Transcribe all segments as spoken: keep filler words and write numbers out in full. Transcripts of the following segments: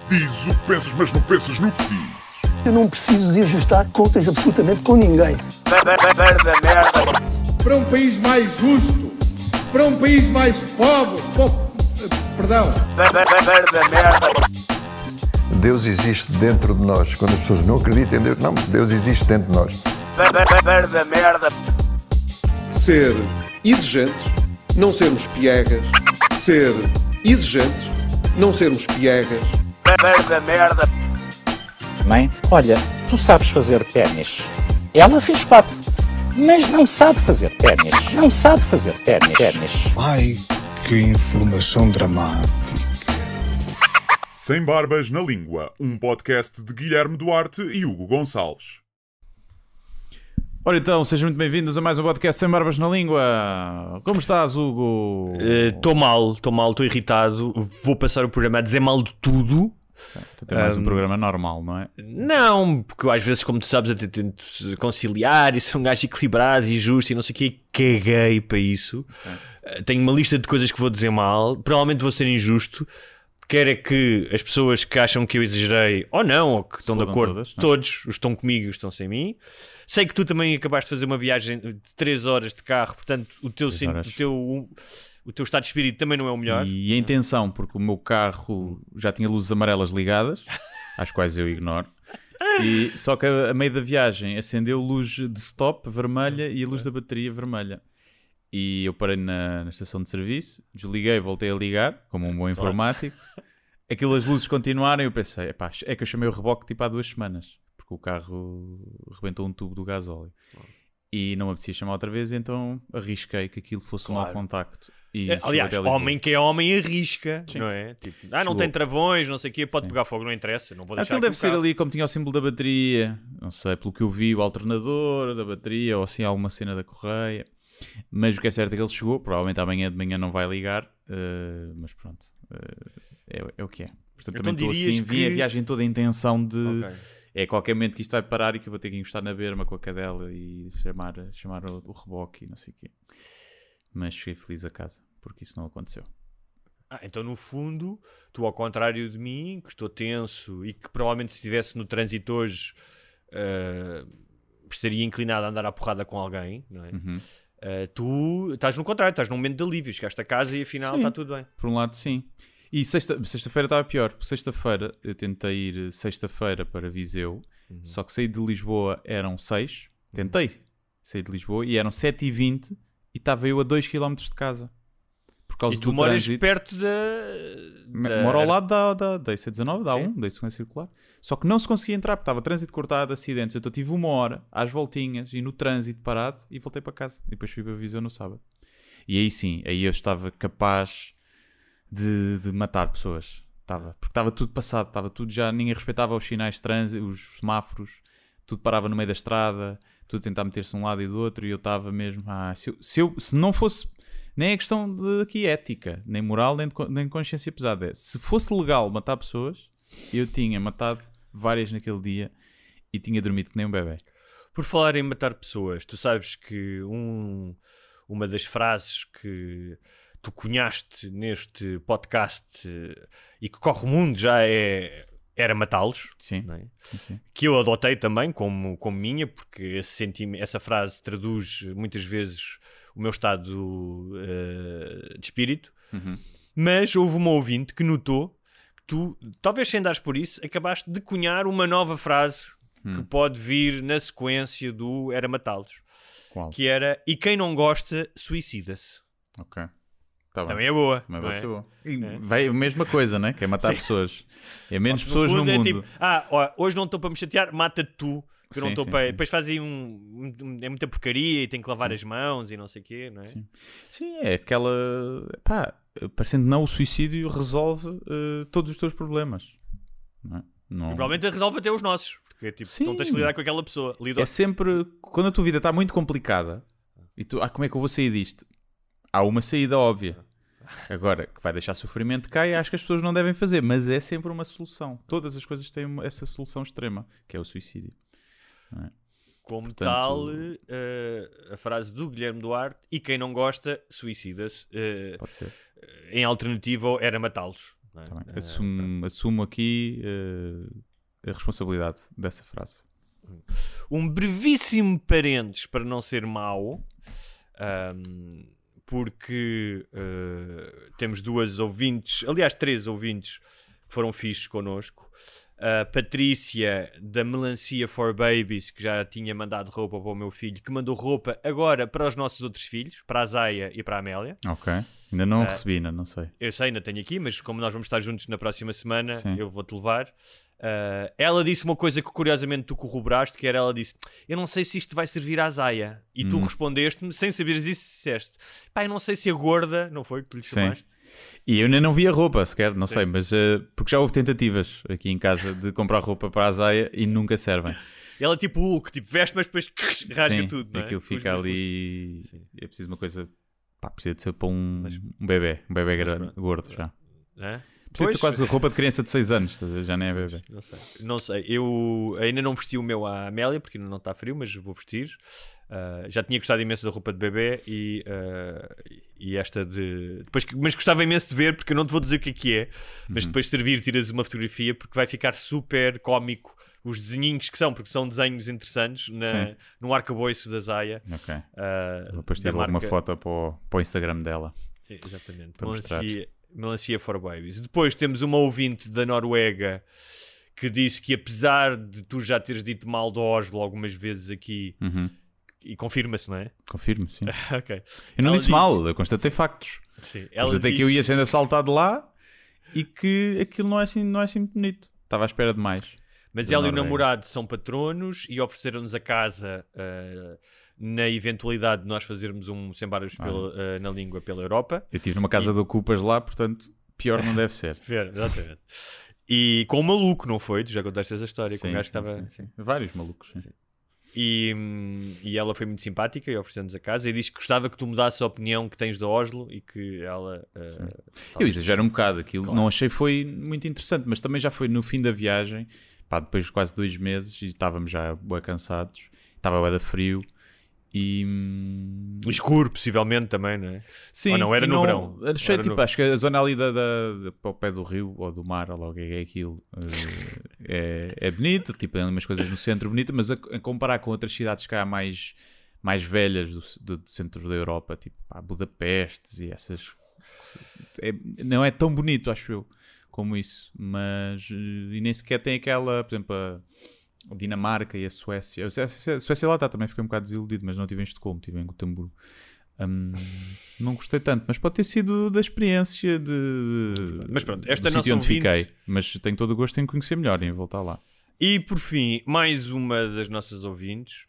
Dizes o que pensas, mas não pensas no que dizes. Eu não preciso de ajustar contas absolutamente com ninguém. Para um país mais justo, para um país mais pobre, po- perdão. Deus existe dentro de nós. Quando as pessoas não acreditam em Deus, não, Deus existe dentro de nós. Ser exigentes, não sermos piegas. Ser exigentes, não sermos piegas. Mãe, olha, tu sabes fazer ténis. Ela fez quatro, mas não sabe fazer ténis. Não sabe fazer ténis. ténis. Ai, que informação dramática. Sem Barbas na Língua, um podcast de Guilherme Duarte e Hugo Gonçalves. Ora então, sejam muito bem-vindos a mais um podcast Sem Barbas na Língua. Como estás, Hugo? Estou uh, mal, estou mal, estou irritado. Vou passar o programa a dizer mal de tudo. Tu tens mais um, um programa normal, não é? Não, porque eu, às vezes, como tu sabes, eu tento conciliar e sou um gajo equilibrado e justo e não sei o quê. Caguei para isso. Okay. Uh, tenho uma lista de coisas que vou dizer mal. Provavelmente vou ser injusto. Quer é que as pessoas que acham que eu exagerei, ou não, ou que estão de acordo, todas, todos os que estão comigo e os que estão sem mim. Sei que tu também acabaste de fazer uma viagem de três horas de carro, portanto o teu, sim, o teu, o teu estado de espírito também não é o melhor. E a intenção, porque o meu carro já tinha luzes amarelas ligadas, às quais eu ignoro, e só que a, a meio da viagem acendeu luz de stop vermelha e a luz da bateria vermelha. E eu parei na, na estação de serviço, desliguei, voltei a ligar, como um bom informático. Aquilo, as luzes continuaram e eu pensei, epá, é que eu chamei o reboque tipo há duas semanas, porque o carro rebentou um tubo do gasóleo. E não me apetecia chamar outra vez, então arrisquei que aquilo fosse claro. um mau contacto. E aliás, homem que é homem arrisca, Sim. não é? Tipo, ah, não Chegou. tem travões, não sei o quê, pode Sim. pegar fogo, não interessa, não vou deixar aquilo deve o ser carro. Ali como tinha o símbolo da bateria, não sei, pelo que eu vi, o alternador da bateria, ou assim alguma cena da correia. Mas o que é certo é que ele chegou, provavelmente amanhã de manhã não vai ligar, uh, mas pronto, uh, é, é o que é. Portanto, então, também estou assim, que... vi a viagem toda a intenção de okay. é qualquer momento que isto vai parar e que eu vou ter que encostar na berma com a cadela e chamar, chamar o, o reboque e não sei o quê. Mas cheguei feliz a casa, porque isso não aconteceu. Ah, então no fundo, tu ao contrário de mim, que estou tenso e que provavelmente se estivesse no trânsito hoje uh, estaria inclinado a andar à porrada com alguém, não é? Uhum. Uh, tu estás no contrário, estás num momento de alívio, chegaste a casa e afinal está tudo bem. Por um lado sim. E sexta, sexta-feira estava pior, porque sexta-feira eu tentei ir sexta-feira para Viseu, uhum. só que saí de Lisboa eram seis, tentei sair de Lisboa e eram sete e vinte e estava eu a dois quilómetros de casa. Por causa e tu do moras trânsito. perto da... da... Moro ao lado da, da, da I C dezanove, da A um, da sequência circular. Só que não se conseguia entrar, porque estava trânsito cortado, acidentes. Então tive uma hora às voltinhas e no trânsito parado e voltei para casa. E depois fui para Viseu no sábado. E aí sim, aí eu estava capaz de, de matar pessoas. Estava, porque estava tudo passado, estava tudo já, ninguém respeitava os sinais de trânsito, os semáforos, tudo parava no meio da estrada, tudo a tentar meter-se de um lado e do outro e eu estava mesmo, ah, se, eu, se, eu, se não fosse... Nem é questão de aqui ética, nem moral, nem, de, nem consciência pesada. Se fosse legal matar pessoas, eu tinha matado várias naquele dia e tinha dormido que nem um bebê. Por falar em matar pessoas, tu sabes que um, uma das frases que tu cunhaste neste podcast e que corre o mundo já é... era matá-los, sim, não é? sim, sim. Que eu adotei também como, como minha, porque esse sentimento, essa frase traduz muitas vezes o meu estado uh, de espírito. Uhum. Mas houve uma ouvinte que notou que tu, talvez sem dares por isso, acabaste de cunhar uma nova frase hum. que pode vir na sequência do era matá-los. Qual? Que era, e quem não gosta, suicida-se. Ok. Tá Também é boa. Também pode é? ser boa. E é. Vai a mesma coisa, né? Que é matar sim. pessoas. É menos no pessoas no mundo. É tipo, ah, ó, hoje não estou para me chatear, mata-te tu. Que eu não sim, estou sim, para... sim. Depois fazem um, um... É muita porcaria e tem que lavar sim. as mãos e não sei o quê, não é? Sim. sim, é aquela... Pá, parecendo não, o suicídio resolve uh, todos os teus problemas. Não é? Não... E provavelmente resolve até os nossos. Porque tipo, sim. não tens que lidar com aquela pessoa. Lido... É sempre... Quando a tua vida está muito complicada e tu... Ah, como é que eu vou sair disto? Há uma saída óbvia. Agora, que vai deixar sofrimento cá e acho que as pessoas não devem fazer. Mas é sempre uma solução. Todas as coisas têm uma, essa solução extrema, que é o suicídio. Não é? Como Portanto... tal, uh, a frase do Guilherme Duarte, e quem não gosta, suicida-se. Uh, Pode ser. Em alternativa, era matá-los. Não é? Tá bem. Uh, assumo, assumo aqui uh, a responsabilidade dessa frase. Um brevíssimo parênteses para não ser mau, um, porque uh, temos duas ouvintes, aliás, três ouvintes que foram fixes connosco. A Patrícia, da Melancia for Babies, que já tinha mandado roupa para o meu filho, que mandou roupa agora para os nossos outros filhos, para a Zaya e para a Amélia. Ok. Ainda não Uh, recebi, ainda não sei. Eu sei, ainda tenho aqui, mas como nós vamos estar juntos na próxima semana, Sim. eu vou-te levar. Uh, ela disse uma coisa que curiosamente tu corroboraste, que era, ela disse, eu não sei se isto vai servir à Zaya. E tu Hum. respondeste-me, sem saberes isso, disseste, pá, eu não sei se a gorda, não foi que tu lhe chamaste? Sim. E eu ainda não vi a roupa sequer, não Sim. sei, mas uh, porque já houve tentativas aqui em casa de comprar roupa para a Zaya e nunca servem. Ela tipo Hulk, tipo veste, mas depois rasga Sim, tudo, não é? aquilo Com os fica músculos. ali. Sim. É preciso uma coisa. Pá, precisa de ser para um, Mas- um bebê, um bebê mas grande, pronto. gordo já. Hã? Precisa Pois. de ser quase roupa de criança de seis anos, estás a ver? Já nem é bebê. Não sei, não sei. Eu ainda não vesti o meu à Amélia, porque ainda não está frio, mas vou vestir. Uh, já tinha gostado imenso da roupa de bebê e, uh, e esta de. Depois, que- mas gostava imenso de ver, porque eu não te vou dizer o que é que é, mas Uhum. depois de servir, tiras uma fotografia, porque vai ficar super cómico os desenhinhos que são, porque são desenhos interessantes na, Sim. no arcabouço da Zaya. Ok. Uh, Depois da tive logo uma marca- foto para o, para o Instagram dela. Exatamente. para mostrar. Melancia, Melancia for Babies. Depois temos uma ouvinte da Noruega que disse que, apesar de tu já teres dito mal de Oslo algumas vezes aqui, Uhum. e confirma-se, não é? Confirmo, sim. Ok. Eu não Ela disse diz- mal, eu constatei factos. Sim. Ela Constatei diz... que eu ia sendo assaltado lá e que aquilo não é assim, não é assim muito bonito. Estava à espera de mais. Mas da ela e o Noruega. namorado são patronos e ofereceram-nos a casa uh, na eventualidade de nós fazermos um Sembaras Ah. pela, uh, na língua pela Europa. Eu estive numa casa de ocupas lá, portanto, pior não deve ser. Ver, exatamente. E com um maluco, não foi? Tu já contaste essa história, com um Sim, gajo que sim, estava... sim, sim. Vários malucos. Sim. E, hum, e ela foi muito simpática e ofereceu-nos a casa e disse que gostava que tu mudasses a opinião que tens de Oslo e que ela... uh, Eu talvez- exagero um bocado aquilo. Claro. Não achei foi muito interessante, mas também já foi no fim da viagem, pá, depois de quase dois meses, e estávamos já bué cansados, estava bué da frio e... hum, Escuro, possivelmente, também, não é? Sim, Ou não, era e no verão. Achei, Era tipo, no- acho que a zona ali da, da, da- para o pé do rio ou do mar, ou lá o que é que é aquilo, eh, é, é bonita, tipo, tem umas coisas no centro bonita, mas a, a comparar com outras cidades cá mais, mais velhas do, do- do centro da Europa, tipo pá, Budapeste e essas, é- não é tão bonito, acho eu, como isso, mas eh, e nem sequer tem aquela, por exemplo, a a Dinamarca e a Suécia. A Suécia, a Suécia lá está, também fiquei um bocado desiludido, mas não estive em Estocolmo, estive em Gotemburgo. Hum, não gostei tanto, mas pode ter sido da experiência de, Mas pronto, esta do nossa sítio onde ouvinte- fiquei, mas tenho todo o gosto em conhecer melhor e em voltar lá. E por fim, mais uma das nossas ouvintes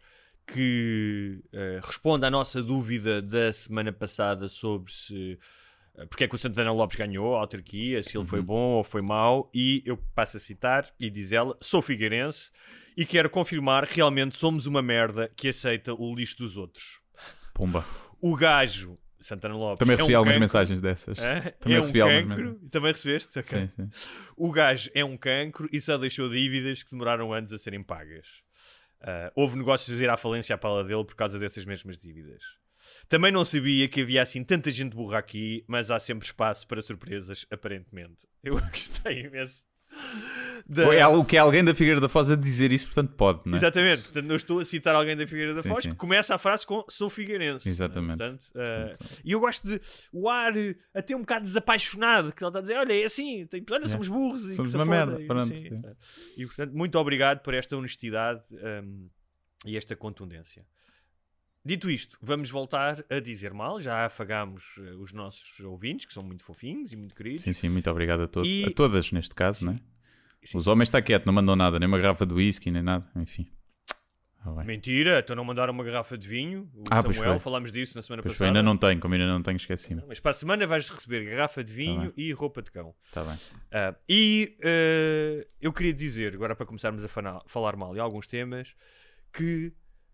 que eh, responde à nossa dúvida da semana passada sobre se eh, porque é que o Santana Lopes ganhou a autarquia, se ele foi bom ou foi mau, e eu passo a citar, e diz ela, sou figueirense e quero confirmar que realmente somos uma merda que aceita o lixo dos outros. Pumba. O gajo, Santana Lopes, Também é recebi um algumas cancro. mensagens dessas. Hã? Também é um recebi algumas cancro. mensagens. Também recebeste? Ok. Sim, sim. O gajo é um cancro e só deixou dívidas que demoraram anos a serem pagas. Ah, houve negócios a ir à falência à pala dele por causa dessas mesmas dívidas. Também não sabia que havia assim tanta gente burra aqui, mas há sempre espaço para surpresas, aparentemente. Eu gostei imenso. da- Ou é algo que é alguém da Figueira da Foz a dizer isso, portanto pode, não é? Exatamente, portanto, eu estou a citar alguém da Figueira da Sim, Foz sim. que começa a frase com sou figueirense. Exatamente. Portanto, ah, Portanto, e eu gosto de o ar eh, até um bocado desapaixonado, que ele está a dizer: olha, é assim, tem, olha, somos burros e Somos que se uma foda", merda, e pronto, assim. sim. E portanto, muito obrigado por esta honestidade ahm, e esta contundência. Dito isto, vamos voltar a dizer mal. Já afagámos eh, os nossos ouvintes, que são muito fofinhos e muito queridos. Sim, sim, muito obrigado a todos. E- A todas, neste caso, não é? Sim. Os homens está quieto, não mandam nada, nem uma garrafa de whisky, nem nada, enfim. Ah, bem. Mentira, então não mandaram uma garrafa de vinho. O Ah, pois Samuel, foi. falámos disso na semana Pois foi, passada. ainda não tenho, como ainda não tenho, esqueci-me. Mas para a semana vais receber garrafa de vinho bem. e roupa de cão. Está bem. Ah, e eh, eu queria dizer, agora para começarmos a fana- falar mal de alguns temas, que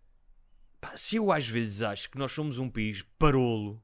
pá, se eu às vezes acho que nós somos um país parolo,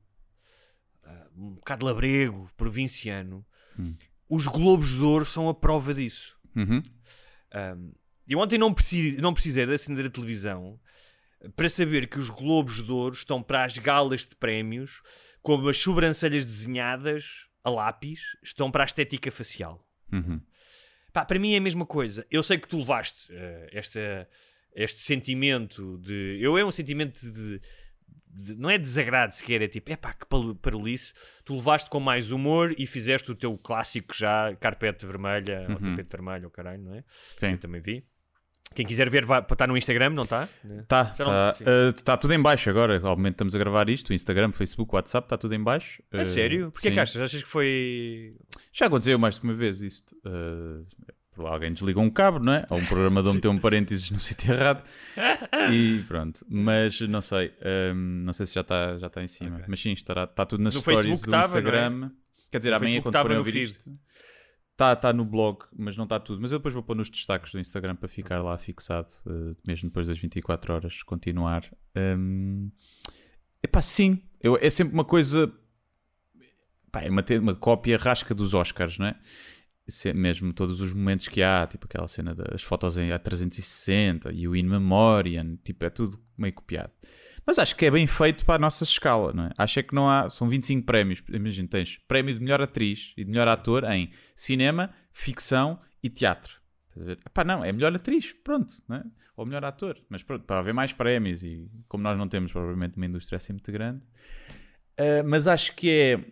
ah, um bocado labrego, provinciano, Hum. os Globos de Ouro são a prova disso. Uhum. Um, eu ontem não, preci- não precisei de acender a televisão para saber que os Globos de Ouro estão para as galas de prémios com as sobrancelhas desenhadas a lápis estão para a estética facial. Uhum. Pá, para mim é a mesma coisa. Eu sei que tu levaste uh, esta, este sentimento de... Eu é um sentimento de... de não é desagrado sequer, é tipo, é pá, que parolice. Tu levaste com mais humor e fizeste o teu clássico já, carpete vermelha, Uhum. ou tapete vermelho, ou caralho, não é? Sim. Eu também vi. Quem quiser ver, vai, está no Instagram, não está? Tá, Já não- tá, sim. uh, tá tudo em baixo agora. Obviamente estamos a gravar isto. O Instagram, Facebook, WhatsApp, está tudo em baixo. A Uh, sério? Porquê sim. que achas? Achas que foi... Já aconteceu mais de uma vez isto. Uh, por alguém desligou um cabo, não é? Ou um programador meteu um parênteses no sítio errado. E pronto. Mas não sei. Um, não sei se já está já tá em cima. Ok. Mas sim, estará, está tudo nas No stories Facebook do tava, Instagram. não Quer dizer, No amanhã Facebook quando tava forem no ouvir feed. isto. Está tá no blog, mas não está tudo. Mas eu depois vou pôr nos destaques do Instagram para ficar lá fixado, uh, mesmo depois das vinte e quatro horas, continuar. Um, epá, sim. Eu, é sempre uma coisa... Pá, é uma, te- uma cópia rasca dos Oscars, não é? Se- mesmo todos os momentos que há, tipo aquela cena das fotos em a trezentos e sessenta e o In Memoriam, tipo, é tudo meio copiado. Mas acho que é bem feito para a nossa escala, não é? Acho é que não há... São vinte e cinco prémios. Imagina, tens prémio de melhor atriz e de melhor ator em cinema, ficção e teatro. Estás a ver? Epá, não, é melhor atriz, pronto, não é? Ou melhor ator. Mas pronto, para haver mais prémios e como nós não temos provavelmente uma indústria assim muito grande. Uh, mas acho que é...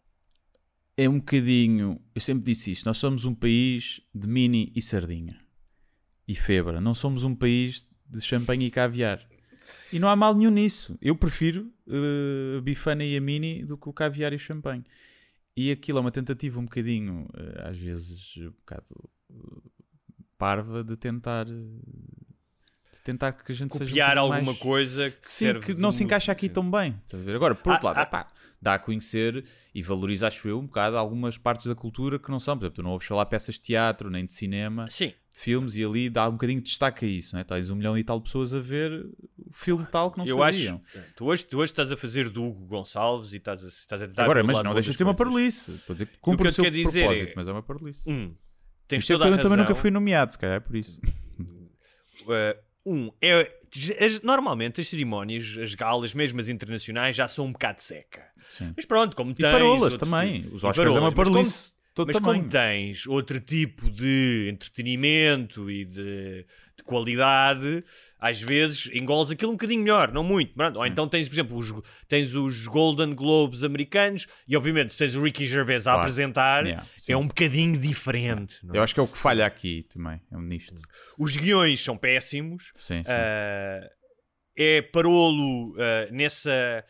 É um bocadinho... Eu sempre disse isto. Nós somos um país de mini e sardinha. E febra. Não somos um país de champanhe e caviar. E não há mal nenhum nisso. Eu prefiro uh, a bifana e a mini do que o caviar e o champanhe. E aquilo é uma tentativa um bocadinho, uh, às vezes, um bocado uh, parva de tentar... uh, de tentar que a gente seja um Copiar pouco alguma mais... coisa que Sim, serve que de não se muito- encaixa aqui sim. tão bem. Estás a ver? Agora, por outro Ah, lado, ah. epá, dá a conhecer e valoriza, acho eu, um bocado algumas partes da cultura que não são. Por exemplo, tu não ouves falar peças de teatro, nem de cinema, Sim. de filmes, e ali dá um bocadinho de destaque a isso, não é? Tens um milhão e tal de pessoas a ver o filme tal que não Eu sabiam. acho... Tu hoje, tu hoje estás a fazer do Hugo Gonçalves e estás a, estás a tentar Agora, mas falar não de deixa de outras ser uma coisas. parolice. Estou a dizer que O cumpre que o eu seu quero dizer propósito, é- mas é uma parolice. Hum, tens Isto é toda a porque eu também razão. nunca fui nomeado, se calhar é por isso. Uh, um, é, as- normalmente as cerimónias, as galas, mesmo as internacionais, já são um bocado seca. Sim. Mas pronto, como E tens... parolas outro também. tipo- Os e Oscars é uma parolas, mas como- parolice. Todo Mas tamanho. como tens outro tipo de entretenimento e de, de qualidade, às vezes engoles aquilo um bocadinho melhor, não muito. Pronto. Ou então tens, por exemplo, os, tens os Golden Globes americanos e, obviamente, se tens o Ricky Gervais a Claro. apresentar, Yeah, sim. é um bocadinho diferente. não é? Eu acho que é o que falha aqui também. É um nisto. Os guiões são péssimos. Sim, sim. Uh, é parolo uh, nessa...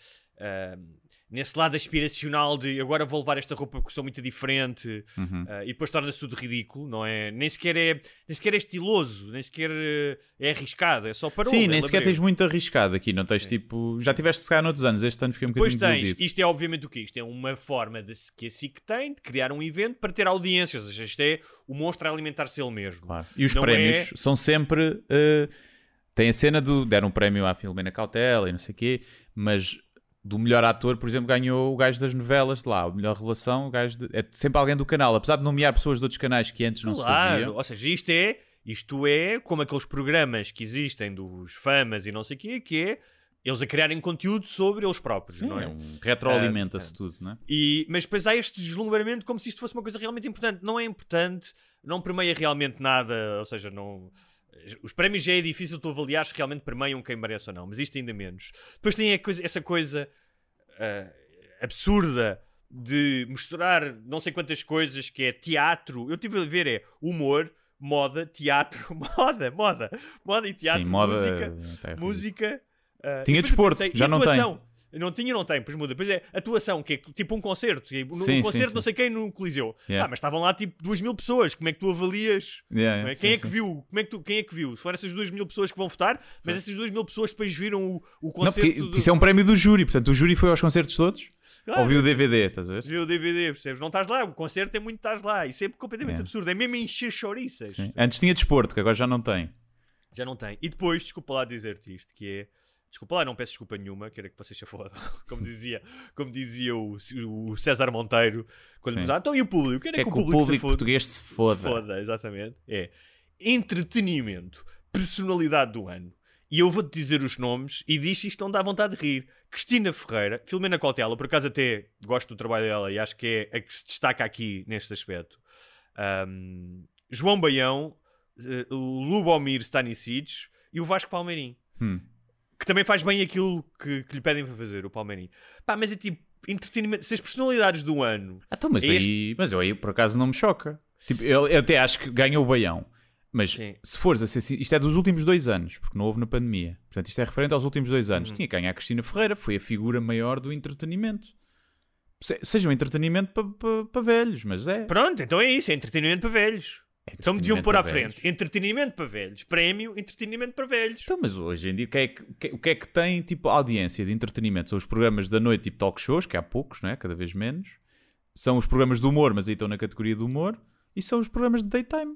uh, nesse lado aspiracional de agora vou levar esta roupa porque sou muito diferente, Uhum. uh, e depois torna-se tudo ridículo, não é? Nem sequer é, nem sequer é estiloso, nem sequer uh, é arriscado, é só para Sim, nem sequer tens muito arriscado aqui. Não tens tipo. Já tiveste se calhar noutros anos. Este ano fiquei um Depois bocadinho tens, desiludido. isto é obviamente o que isto é uma forma de, que a SIC tem de criar um evento para ter audiências, ou seja, isto é o monstro a alimentar-se ele mesmo. Claro. E os Não prémios é- são sempre. Uh, tem a cena do. Deram um prémio à Filomena Cautela e não sei o quê, mas do melhor ator, por exemplo, ganhou o gajo das novelas de lá. A melhor relação, o gajo de, é sempre alguém do canal. Apesar de nomear pessoas de outros canais que antes não se Claro, faziam. ou seja, isto é, isto é como aqueles programas que existem dos famas e não sei o quê, que é eles a criarem conteúdo sobre eles próprios, Sim, não é? é um retroalimenta-se tudo, não é? E, mas depois há este deslumbramento como se isto fosse uma coisa realmente importante. Não é importante, não permeia realmente nada, ou seja, não... Os prémios já é difícil tu avaliar se realmente permeiam quem merece ou não, mas isto ainda menos. Depois tem a coisa, essa coisa uh, absurda de misturar não sei quantas coisas, que é teatro. Eu tive a ver, é humor, moda, teatro, moda, moda, moda e teatro, Sim, moda, música, até música. Uh, Tinha e depois eu desporto, pensei, já e não tem. atuação? Não tinha, não tem, pois muda. Depois é atuação, que é tipo um concerto. Um Sim, concerto, sim, não sei quem, no Coliseu. Yeah. Ah, mas estavam lá tipo duas mil pessoas. Como é que tu avalias? Yeah, Não é? yeah, Quem sim, é que sim. viu? Como é que tu, quem é que viu? Se foram essas duas mil pessoas que vão votar, mas essas duas mil pessoas depois viram o, o Não, concerto. porque do... isso é um prémio do júri, portanto o júri foi aos concertos todos? Ah, Ou viu o D V D, estás a ver? Viu o D V D, percebes? Não estás lá, o concerto é muito estás lá. Isso é completamente Yeah. absurdo. É mesmo encher chouriças. Sim. Antes tinha desporto, que agora já não tem. Já não tem. E depois, desculpa lá dizer-te isto, que é... Desculpa lá, não peço desculpa nenhuma, quero que vocês se fodam. Como dizia, como dizia o, o César Monteiro, quando Sim. me dizia, então e o público? Quero É que o público se foda. português se foda. Se foda, exatamente. É entretenimento, personalidade do ano E eu vou-te dizer os nomes e diz isto não dá vontade de rir. Cristina Ferreira, Filomena Cautela, por acaso até gosto do trabalho dela e acho que é a que se destaca aqui neste aspecto. Um, João Baião, uh, o Lubomir Stanisic e o Vasco Palmeirim. Hum. Que também faz bem aquilo que, que lhe pedem para fazer, o Palmeirim. Pá, mas é tipo, entretenimento. Se as personalidades do ano... Ah, então, mas, é aí, este... mas eu aí por acaso não me choca. Tipo, eu, eu até acho que ganhou o Baião. Mas Sim. se fores a ser assim, isto é dos últimos dois anos, porque não houve na pandemia. Portanto, isto é referente aos últimos dois anos. Uhum. Tinha que ganhar a Cristina Ferreira, foi a figura maior do entretenimento. Se, seja um entretenimento para pa, pa velhos, mas é. Pronto, então é isso, é entretenimento para velhos. É Então me deviam pôr à velhos. frente. Entretenimento para velhos. Prémio, entretenimento para velhos. Então, mas hoje em dia, o que é que, que- o que é que tem tipo audiência de entretenimento? São os programas da noite, tipo talk shows, que há poucos, não é? Cada vez menos. São os programas de humor, mas aí estão na categoria do humor. E são os programas de daytime.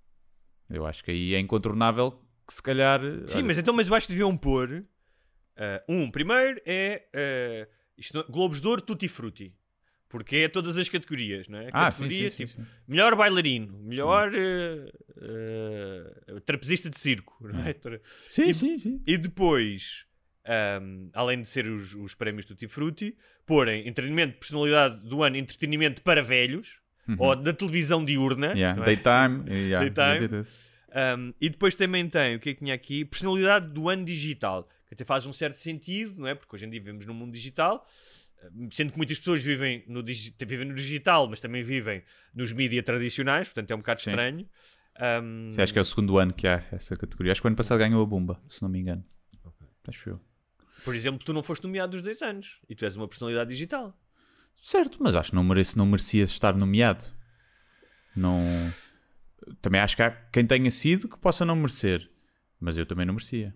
Eu acho que aí é incontornável que se calhar... Sim, olha, mas então mas eu acho que deviam pôr... uh, um, primeiro é uh, isto, não- Globos de Ouro Tutti Frutti. Porque é todas as categorias, não é? Ah, sim, Categoria, sim, sim, tipo, sim. melhor bailarino, melhor uh, uh, trapezista de circo, não é? Sim, E- sim, sim. E depois, um, além de ser os, os prémios Tutti Frutti, porem entretenimento, personalidade do ano, entretenimento para velhos, ou da televisão diurna. Uhum. Yeah, não é? Daytime. yeah, Daytime. tudo. Um, e depois também tem, o que é que tinha aqui? Personalidade do ano digital, que até faz um certo sentido, não é? Porque hoje em dia vivemos num mundo digital, um, sendo que muitas pessoas vivem no, digi- vivem no digital, mas também vivem nos mídias tradicionais, portanto é um bocado Sim. estranho. Um, Sim, acho que é o segundo ano que há essa categoria. Acho que o ano passado ganhou a Bumba, se não me engano. Acho eu. Por exemplo, tu não foste nomeado dos dois anos e tu és uma personalidade digital. Certo, mas acho que não, merece, não merecia estar nomeado. Não... Também acho que há quem tenha sido que possa não merecer. Mas eu também não merecia.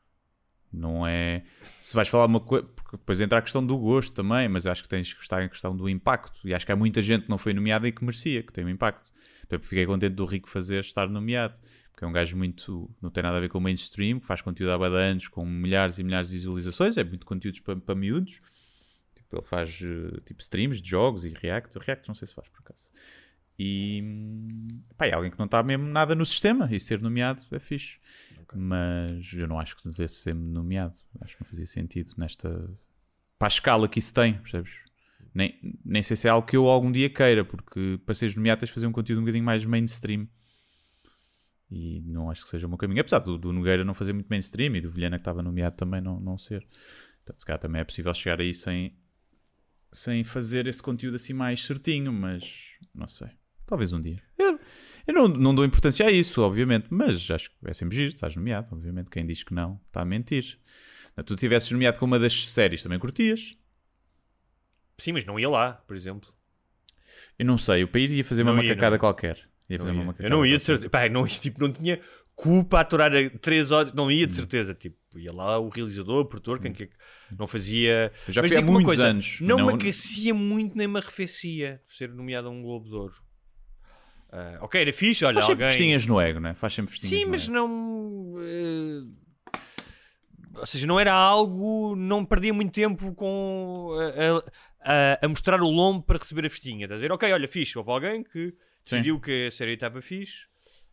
Não é... Se vais falar uma coisa... Porque depois entra a questão do gosto também, mas acho que tens que estar em questão do impacto. E acho que há muita gente que não foi nomeada e que merecia, que tem um impacto. Portanto, fiquei contente do Rico Fazer estar nomeado. Porque é um gajo muito... Não tem nada a ver com o mainstream, que faz conteúdo há bué de anos, com milhares e milhares de visualizações. É muito conteúdos para, para miúdos. Tipo, ele faz uh, tipo streams de jogos e react. React não sei se faz, por acaso. E... Pá, é alguém que não está mesmo nada no sistema. E ser nomeado é fixe. Okay. Mas eu não acho que devesse ser nomeado. Acho que não fazia sentido nesta... Para a escala que isso tem, percebes? Nem, nem sei se é algo que eu algum dia queira, porque para seres nomeado tens de fazer um conteúdo um bocadinho mais mainstream. E não acho que seja o meu caminho. Apesar do, do Nogueira não fazer muito mainstream e do Vilhena que estava nomeado também não, não ser. Portanto, se calhar também é possível chegar aí sem, sem fazer esse conteúdo assim mais certinho, mas não sei. Talvez um dia. Eu, eu não, não dou importância a isso, obviamente, mas acho que é sempre giro, estás nomeado. Obviamente, quem diz que não está a mentir. Se tu tivesses nomeado com uma das séries, também curtias? Sim, mas não ia lá, por exemplo. Eu não sei, o país ia fazer Não uma ia, macacada não. qualquer. Ia Não fazer uma ia. macacada Eu não ia de qualquer. certeza. Pá, não, tipo, não tinha culpa a aturar a três horas. Não ia de certeza. Tipo, ia lá o realizador, o produtor, quem que não fazia. Eu já Mas fui há digo uma muitos coisa, anos. Não, Não- me aquecia muito nem me arrefecia por ser nomeado a um Globo de Ouro. Ah, ok, era fixe, olha, Faz sempre alguém. festinhas no ego, não é? Faz sempre festinhas Sim, no mas ego. não. eh, Ou seja, não era algo. Não perdia muito tempo com. A, a- a mostrar o lombo para receber a festinha. Estás a dizer, ok, olha, fixe. Houve alguém que decidiu que a série estava fixe.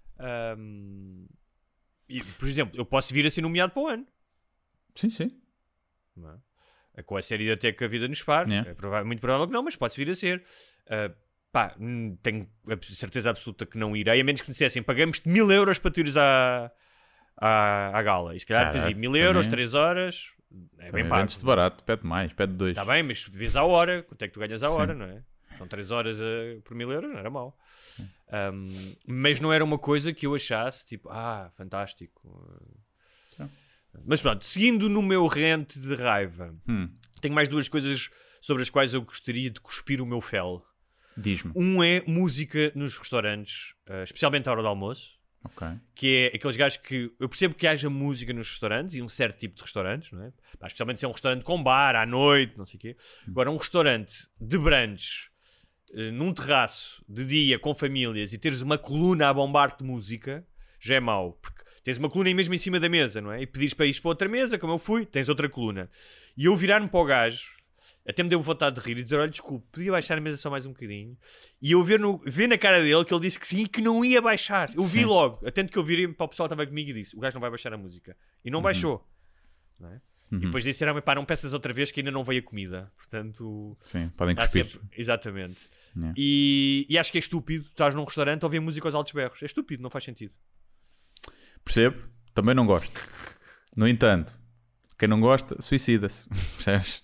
Ahm, e, por exemplo, eu posso vir a ser nomeado para o ano. Sim, sim. Não é? Com a série Até que a Vida nos Pare. Yeah. É provável- muito provável que não, mas pode vir a ser. Ah, pá, hum, tenho a certeza absoluta que não irei, a menos que me dissessem pagamos-te mil euros para tu ires à, à, à gala. E se calhar Caraca, fazia mil euros, também- três horas, é Também bem pago. vendes-te barato, pede mais, pede dois. Está bem, mas vês à hora, quanto é que tu ganhas à Sim. hora, não é? São três horas eh, por mil euros, não era mau. Um, mas não era uma coisa que eu achasse tipo, ah, fantástico. Sim. Mas pronto, seguindo no meu rente de raiva, Hum, tenho mais duas coisas sobre as quais eu gostaria de cuspir o meu fel. Diz-me. Um é música nos restaurantes, eh, especialmente à hora do almoço, Ok. que é aqueles gajos que eu percebo que haja música nos restaurantes e um certo tipo de restaurantes, não é? Pá, especialmente se é um restaurante com bar à noite, não sei o quê. Agora, um restaurante de brunch, eh, num terraço, de dia, com famílias, e teres uma coluna a bombar-te de música, já é mau, porque tens uma coluna aí mesmo em cima da mesa, não é? E pedires para ir para outra mesa, como eu fui, tens outra coluna. E eu virar-me para o gajo, até me deu vontade de rir e dizer, olha, desculpe, podia baixar a mesa só mais um bocadinho. E eu ver, no, ver na cara dele que ele disse que sim e que não ia baixar. Eu vi Sim. logo, atento que eu virei para o pessoal que estava comigo e disse, o gajo não vai baixar a música. E não Uhum. baixou. Não é? Uhum. E depois disseram, pá, não peças outra vez que ainda não veio a comida. Portanto... Sim, podem há cuspir. sempre- Exatamente. Yeah. E, e acho que é estúpido, tu estás num restaurante a ouvir música aos altos berros. É estúpido, não faz sentido. Percebo? Também não gosto. No entanto, quem não gosta, suicida-se. Percebes?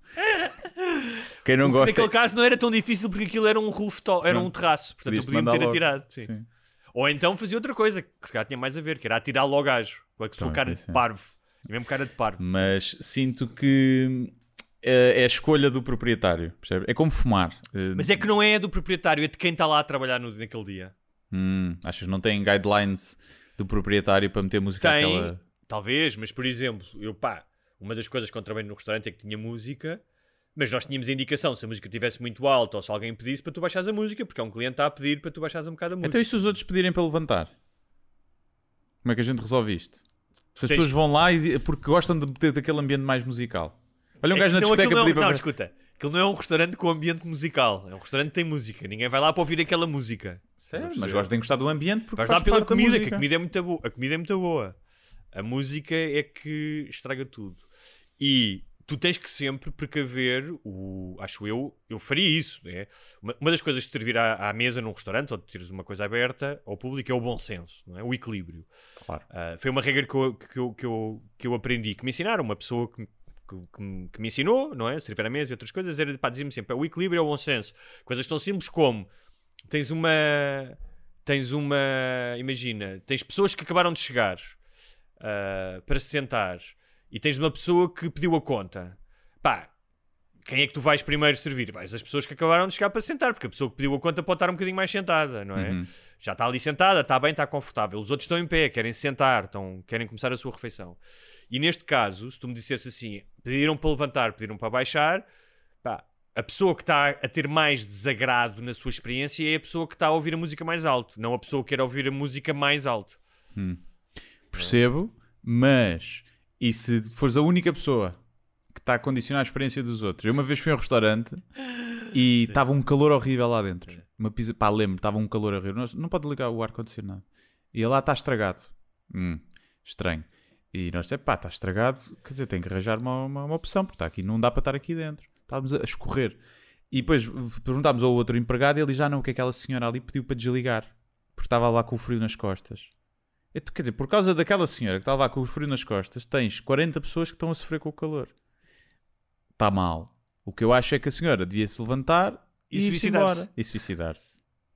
Quem não Porque gosta... naquele caso não era tão difícil porque aquilo era um rooftop, era um Pronto. terraço. Portanto, eu Podias-te podia-me mandar ter logo. atirado. Sim. Sim. Ou então fazia outra coisa, que se calhar tinha mais a ver, que era atirar logo gajo. Com a sua Também cara pode de ser. parvo. E mesmo cara de parvo. Mas sinto que é, é a escolha do proprietário. Percebe? É como fumar. Eh, Mas é que não é do proprietário, é de quem está lá a trabalhar no, naquele dia. hum, achas que não tem guidelines do proprietário para meter música Tem, àquela... talvez, mas por exemplo, eu pá, uma das coisas que eu trabalhei no restaurante é que tinha música, mas nós tínhamos a indicação se a música estivesse muito alta ou se alguém pedisse para tu baixares a música, porque é um cliente está a pedir para tu baixares um bocado a música. Então e se os outros pedirem para levantar? Como é que a gente resolve isto? Se as Tens- pessoas vão lá e, porque gostam de ter daquele ambiente mais musical. Olha um É gajo que na não, discoteca aquilo não, pedir para... não, escuta, aquilo não é um restaurante com ambiente musical, é um restaurante que tem música, ninguém vai lá para ouvir aquela música. Sério? Mas gostam de gostar do ambiente porque Vais faz lá pela parte da comida, que música. a comida é muito boa. A comida é muito boa. A música é que estraga tudo. E tu tens que sempre precaver o... Acho eu, eu faria isso. Né? Uma, uma das coisas de servir à, à mesa num restaurante ou de teres uma coisa aberta ao público é o bom senso, não é? O equilíbrio. Claro. Uh, foi uma regra que eu, que, eu, que, eu, que eu aprendi, que me ensinaram, uma pessoa que, que, que, me, que me ensinou, não é? Servir à mesa e outras coisas, era para dizer-me sempre, o equilíbrio é o bom senso. Coisas tão simples como tens uma... Tens uma... Imagina, tens pessoas que acabaram de chegar uh, para se sentar e tens uma pessoa que pediu a conta. Pá, quem é que tu vais primeiro servir? Vais as pessoas que acabaram de chegar para se sentar, porque a pessoa que pediu a conta pode estar um bocadinho mais sentada, não é? Uhum. Já está ali sentada, está bem, está confortável. Os outros estão em pé, querem se sentar, estão, querem começar a sua refeição. E neste caso, se tu me dissesse assim, pediram para levantar, pediram para baixar, pá, a pessoa que está a ter mais desagrado na sua experiência é a pessoa que está a ouvir a música mais alto, não a pessoa que quer ouvir a música mais alto. Hum. Percebo, mas e se fores a única pessoa que está a condicionar a experiência dos outros? Eu uma vez fui a um restaurante e estava um calor horrível lá dentro. Uma pizza, pá, lembro, estava um calor horrível. Não, não pode ligar o ar-condicionado. E lá está estragado. Hum, estranho. E nós dissemos, pá, está estragado, quer dizer, tem que arranjar uma, uma, uma opção, porque está aqui, não dá para estar aqui dentro. Estávamos a escorrer. E depois perguntámos ao outro empregado e ele já não, que aquela senhora ali pediu para desligar, porque estava lá com o frio nas costas. Eu, quer dizer, por causa daquela senhora que estava lá com o frio nas costas, tens quarenta pessoas que estão a sofrer com o calor. Está mal. O que eu acho é que a senhora devia se levantar E e, ir-se suicidar-se. embora. E suicidar-se.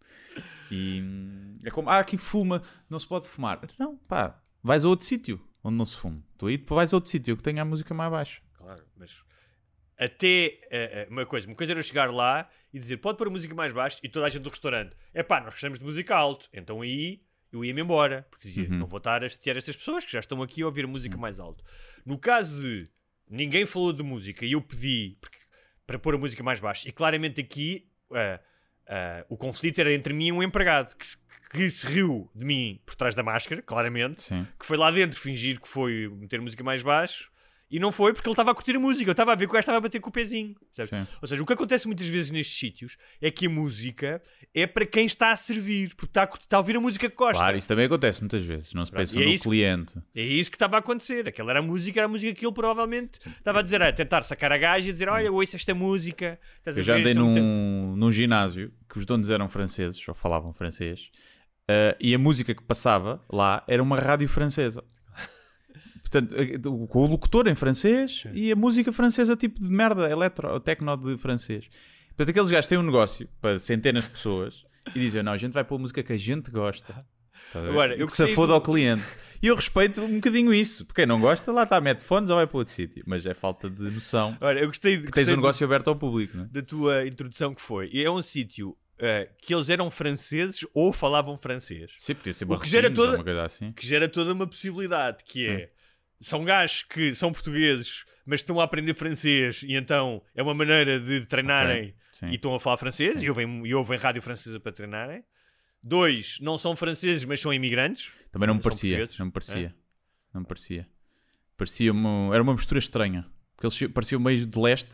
E hum, é como, ah, aqui fuma, não se pode fumar. Não, pá, vais a outro sítio onde não se fume. Tu aí vais a outro sítio que tenha a música mais baixa. Claro, mas até uh, uh, uma coisa, uma coisa era eu chegar lá e dizer, pode pôr a música mais baixo, e toda a gente do restaurante, é pá, nós gostamos de música alto, então aí eu ia-me embora, porque dizia, Uhum. não vou estar a chatear estas pessoas que já estão aqui a ouvir a música mais alto. No caso de ninguém falou de música e eu pedi porque, para pôr a música mais baixo, e claramente aqui uh, uh, o conflito era entre mim e um empregado que se, que se riu de mim por trás da máscara, claramente, Sim. que foi lá dentro fingir que foi meter música mais baixo. E não foi porque ele estava a curtir a música. Eu estava a ver que o gajo estava a bater com o pezinho. Sabe? Ou seja, o que acontece muitas vezes nestes sítios é que a música é para quem está a servir, porque está a, está a ouvir a música que gosta. Claro, isso também acontece muitas vezes. Não se Pronto, pensa e é no isso- cliente. É isso que estava a acontecer. Aquela era a música, era a música que ele provavelmente estava a dizer, a tentar sacar a gaja e a dizer, olha, ouça esta música. Estás a Eu já ver? andei Isto não tem- num, num ginásio que os donos eram franceses, ou falavam francês, uh, e a música que passava lá era uma rádio francesa. Portanto, uh, com o locutor em francês e a música francesa tipo de merda, eletro, techno de francês. Portanto, aqueles gajos têm um negócio para centenas de pessoas e dizem, não, a gente vai pôr a música que a gente gosta. Estás a ver? Agora, E eu que se gostei foda do- ao cliente. E eu respeito um bocadinho isso. Porque quem não gosta, lá está, mete fones ou vai para outro sítio. Mas é falta de noção Olha, eu gostei, que tens gostei um negócio aberto ao público, não é? da tua introdução que foi. E é um sítio eh, que eles eram franceses ou falavam francês. Sim, podia ser O que gera barroquinhos ou toda- uma coisa assim. Que gera toda uma possibilidade, que é... São gajos que são portugueses, mas estão a aprender francês e então é uma maneira de treinarem Ok, sim. e estão a falar francês e ouvem, e ouvem rádio francesa para treinarem. Dois, não são franceses, mas são imigrantes. Também não me São parecia. portugueses. Não me parecia. Não me parecia. Parecia uma, era uma mistura estranha. Porque eles pareciam meio de leste,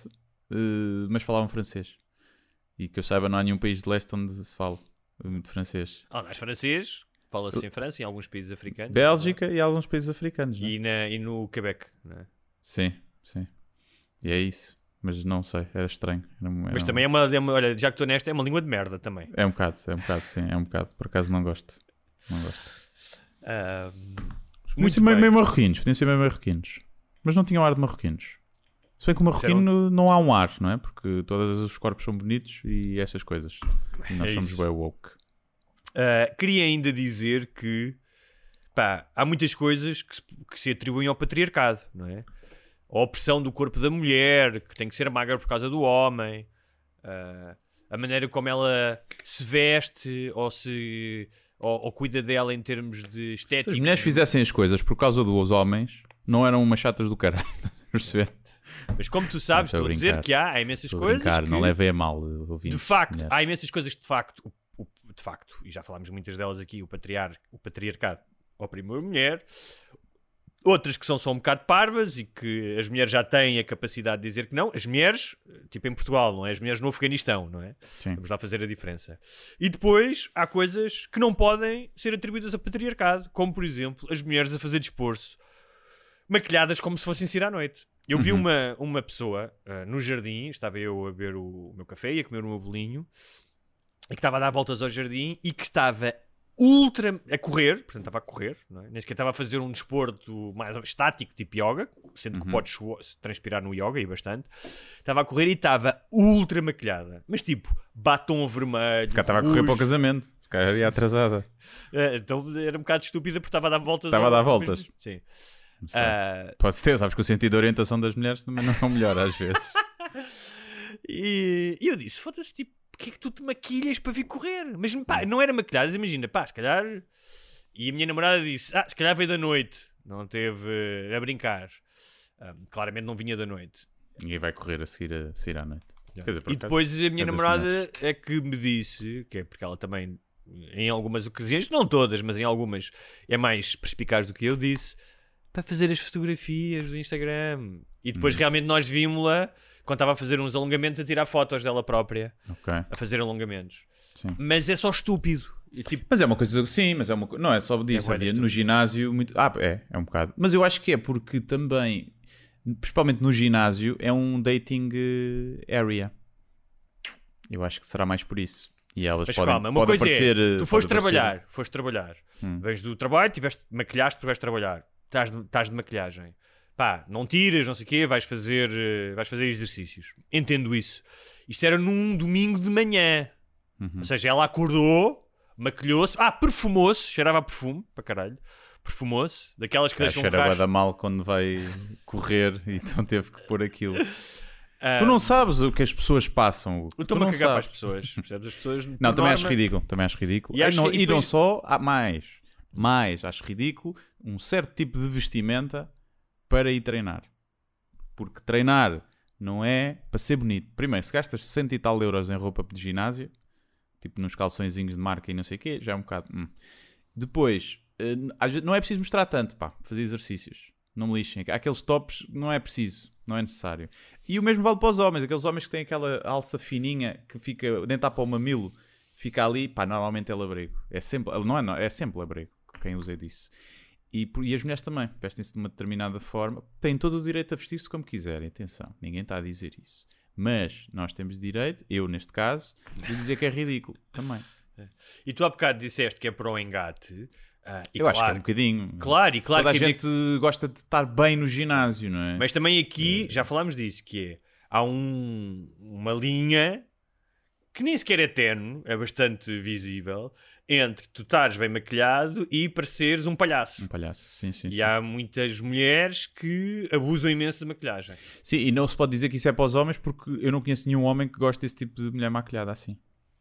uh, mas falavam francês. E que eu saiba, não há nenhum país de leste onde se fala muito francês. Ah, mas francês, fala-se em França e em alguns países africanos. Bélgica e alguns países africanos. E, na, e no Quebec, não é? Sim, sim. E é isso. Mas não sei, era estranho. Era, era mas um... também é uma, é uma. Olha, já que estou nesta, é uma língua de merda também. É um bocado, é um bocado, sim, é um bocado. Por acaso não gosto. Não gosto. Uh, podiam ser meio, meio marroquinos, podiam ser meio marroquinos. Mas não tinham ar de marroquinos. Se bem que o marroquino não há um ar, não é? Porque todos os corpos são bonitos e essas coisas. E nós é somos bem woke. Uh, queria ainda dizer que pá, há muitas coisas que se, que se atribuem ao patriarcado, não é? A opressão do corpo da mulher, que tem que ser magra por causa do homem, uh, a maneira como ela se veste ou, se, ou, ou cuida dela em termos de estética. Se as mulheres fizessem as coisas por causa dos homens, não eram umas chatas do caralho. Perceber? Mas como tu sabes, estou a dizer que há, há imensas estou coisas. Brincar, que, não levei a mal, ouvindo. De facto, mulheres. há imensas coisas que de facto, o, o, de facto, e já falámos muitas delas aqui, o, patriar, o patriarcado oprime a mulher. Outras que são só um bocado parvas e que as mulheres já têm a capacidade de dizer que não. As mulheres, tipo em Portugal, não é? As mulheres no Afeganistão, não é? Sim. Vamos lá fazer a diferença. E depois há coisas que não podem ser atribuídas ao patriarcado, como por exemplo as mulheres a fazer discurso maquilhadas como se fossem sair à noite. Eu vi Uhum. uma, uma pessoa uh, no jardim, estava eu a beber o meu café e a comer o meu bolinho, e que estava a dar voltas ao jardim e que estava ultra a correr, portanto estava a correr, não é? Nem sequer estava a fazer um desporto mais estático, tipo yoga, sendo Uhum. que podes transpirar no yoga e bastante. Estava a correr e estava ultra maquilhada, mas tipo, batom vermelho. Cá estava a correr ruge. para o casamento, se calhar ia atrasada. Uh, então era um bocado estúpida porque estava a dar voltas. Estava ao... a dar voltas. Sim. Não sei. Uh, Pode ser, sabes que o sentido de orientação das mulheres também não é o melhor às vezes. E eu disse, foda-se, tipo, porque é que tu te maquilhas para vir correr? Mas pá, não era maquilhadas, imagina, pá, se calhar... E a minha namorada disse, ah, se calhar veio da noite, não teve uh, a brincar. Um, claramente não vinha da noite. Ninguém vai correr a seguir, a seguir à noite. Quer dizer, por E acaso, depois a minha é das namorada mulheres. é que me disse, que é porque ela também, em algumas ocasiões, não todas, mas em algumas, é mais perspicaz do que eu disse, para fazer as fotografias do Instagram. E depois Hum. realmente nós vimos-la, quando estava a fazer uns alongamentos, a tirar fotos dela própria, Ok. a fazer alongamentos. Sim. Mas é só estúpido. E, tipo, Mas é uma coisa, sim, mas é uma co- não é só disso. bué Havia disto. no ginásio muito. Ah, é, é um bocado. Mas eu acho que é porque também, principalmente no ginásio, é um dating eh, area. Eu acho que será mais por isso. E elas mas podem, calma, uma pode coisa aparecer. é, eh, tu foste pode aparecer- trabalhar, foste trabalhar, Hum. vens do trabalho, tiveste, maquilhaste porque vais trabalhar, estás de, estás de maquilhagem. Pá, não tiras, não sei o quê, vais fazer, eh, vais fazer exercícios. Entendo isso. Isto era num domingo de manhã. Uhum. Ou seja, ela acordou, maquilhou-se, ah, perfumou-se, cheirava a perfume, para caralho, perfumou-se, daquelas que Cara, deixam um cheira bué rastro. da mal quando vai correr e então teve que pôr aquilo. Ah, Tu não sabes o que as pessoas passam. Eu Tu estou-me a não cagar para as sabes. pessoas, percebes? As pessoas Não, por também norma- acho ridículo. Também acho ridículo. E E, acho- não, e e não depois- só, há mais. Mais, acho ridículo um certo tipo de vestimenta para ir treinar. Porque treinar não é para ser bonito. Primeiro, se gastas sessenta e tal euros em roupa de ginásio, tipo nos calçõezinhos de marca e não sei o quê, já é um bocado... hum. Depois, eh, às vezes não é preciso mostrar tanto, pá, fazer exercícios. Não me lixem. Aqueles tops não é preciso, não é necessário. E o mesmo vale para os homens. Aqueles homens que têm aquela alça fininha que fica, nem está para o mamilo, fica ali, pá, normalmente é labrego. É sempre, não é, não, é sempre labrego, quem usa disso. E, por- e as mulheres também, vestem-se de uma determinada forma, têm todo o direito a vestir-se como quiserem, atenção, ninguém está a dizer isso. Mas nós temos direito, eu neste caso, de dizer que é ridículo também. E tu há bocado disseste que é para o engate. ah, e eu acho que é um claro, bocadinho. claro, e claro Toda a que gente gosta de estar bem no ginásio, não é? Mas também aqui, já falámos disso, que é, há um, uma linha que nem sequer é tenue, é bastante visível, entre tu estares bem maquilhado e pareceres um palhaço. Um palhaço, sim, sim. E sim. há muitas mulheres que abusam imenso da maquilhagem. Sim, e não se pode dizer que isso é para os homens porque eu não conheço nenhum homem que goste desse tipo de mulher maquilhada assim.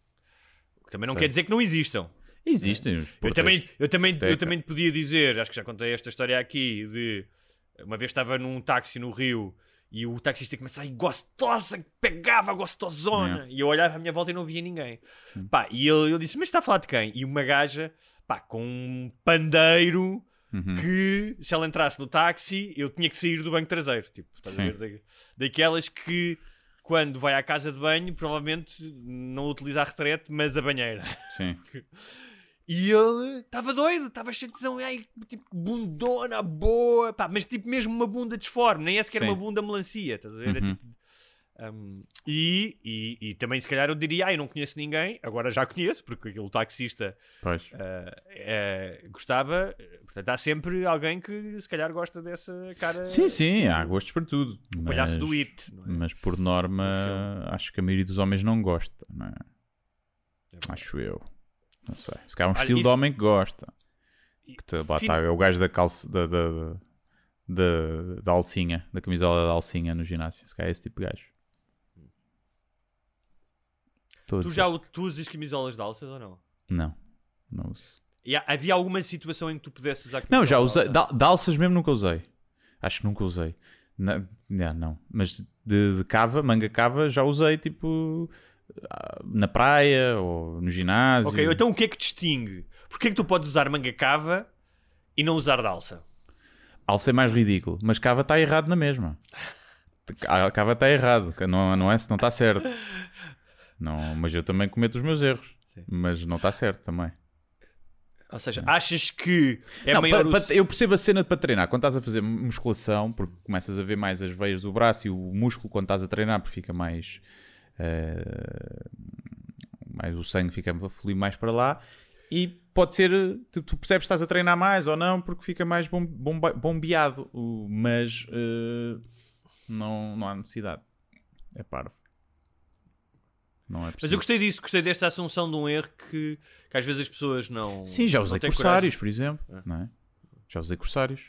O que também não Certo. quer dizer que não existam. Existem. os Eu portas- também, eu, também, eu Teca. também te podia dizer, acho que já contei esta história aqui, de uma vez estava num táxi no Rio e o taxista começava a ir gostosa, pegava gostosona, Yeah. e eu olhava à minha volta e não via ninguém. Pá, e ele, eu disse, mas está a falar de quem? E uma gaja, pá, com um pandeiro Uhum. que, se ela entrasse no táxi, eu tinha que sair do banco traseiro. Tipo, estás a Sim. ver? Da- Daquelas que quando vai à casa de banho, provavelmente não utiliza a retrete, mas a banheira. Sim. E ele estava doido, estava cheio de tesão, ai, tipo, bundona, boa, pá, mas tipo mesmo uma bunda disforme, nem é sequer Sim. uma bunda melancia, estás a ver? É Uhum. tipo, um, e, e, e também se calhar eu diria, ai, não conheço ninguém, agora já conheço, porque aquele taxista Pois. uh, uh, gostava, portanto há sempre alguém que se calhar gosta dessa cara. Sim, sim, há gostos para tudo. O palhaço Mas- do It, não é? Mas por norma, acho que a maioria dos homens não gosta, não é? Acho eu. Não sei. Se calhar é um Olha, estilo e- de homem que gosta. E- Que te- lá fin- está, é o gajo da calça, da, da, da, da, da alcinha, da camisola da alcinha no ginásio. Se calhar é esse tipo de gajo. Estou a Tu dizer. já u- tu usas camisolas de alças ou não? Não, não uso. E há- havia alguma situação em que tu pudesses usar Não, camisola já de usei. alça? Da, de alças mesmo nunca usei. Acho que nunca usei. Na, não, não. Mas de, de cava, manga cava, já usei tipo ah, na praia ou no ginásio. Ok, então o que é que distingue? Porquê é que tu podes usar manga cava e não usar de alça? Alça é mais ridículo, mas cava está errado na mesma. A cava está errado, não, não é se não está certo. Não, mas eu também cometo os meus erros. Sim. Mas não está certo também. Ou seja, achas que é Não, maior pa- o... pa- eu percebo a cena de para treinar. Quando estás a fazer musculação, porque começas a ver mais as veias do braço e o músculo quando estás a treinar, porque fica mais. eh, mais o sangue fica a fluir mais para lá. E pode ser. Tu, tu percebes se estás a treinar mais ou não, porque fica mais bom, bomba- bombeado. O- Mas eh, não, não há necessidade. É parvo. Não é Mas preciso. eu gostei disso, gostei desta assunção de um erro que, que às vezes as pessoas não... Sim, já não usei têm corsários, coragem. por exemplo. É. Não é? Já usei corsários.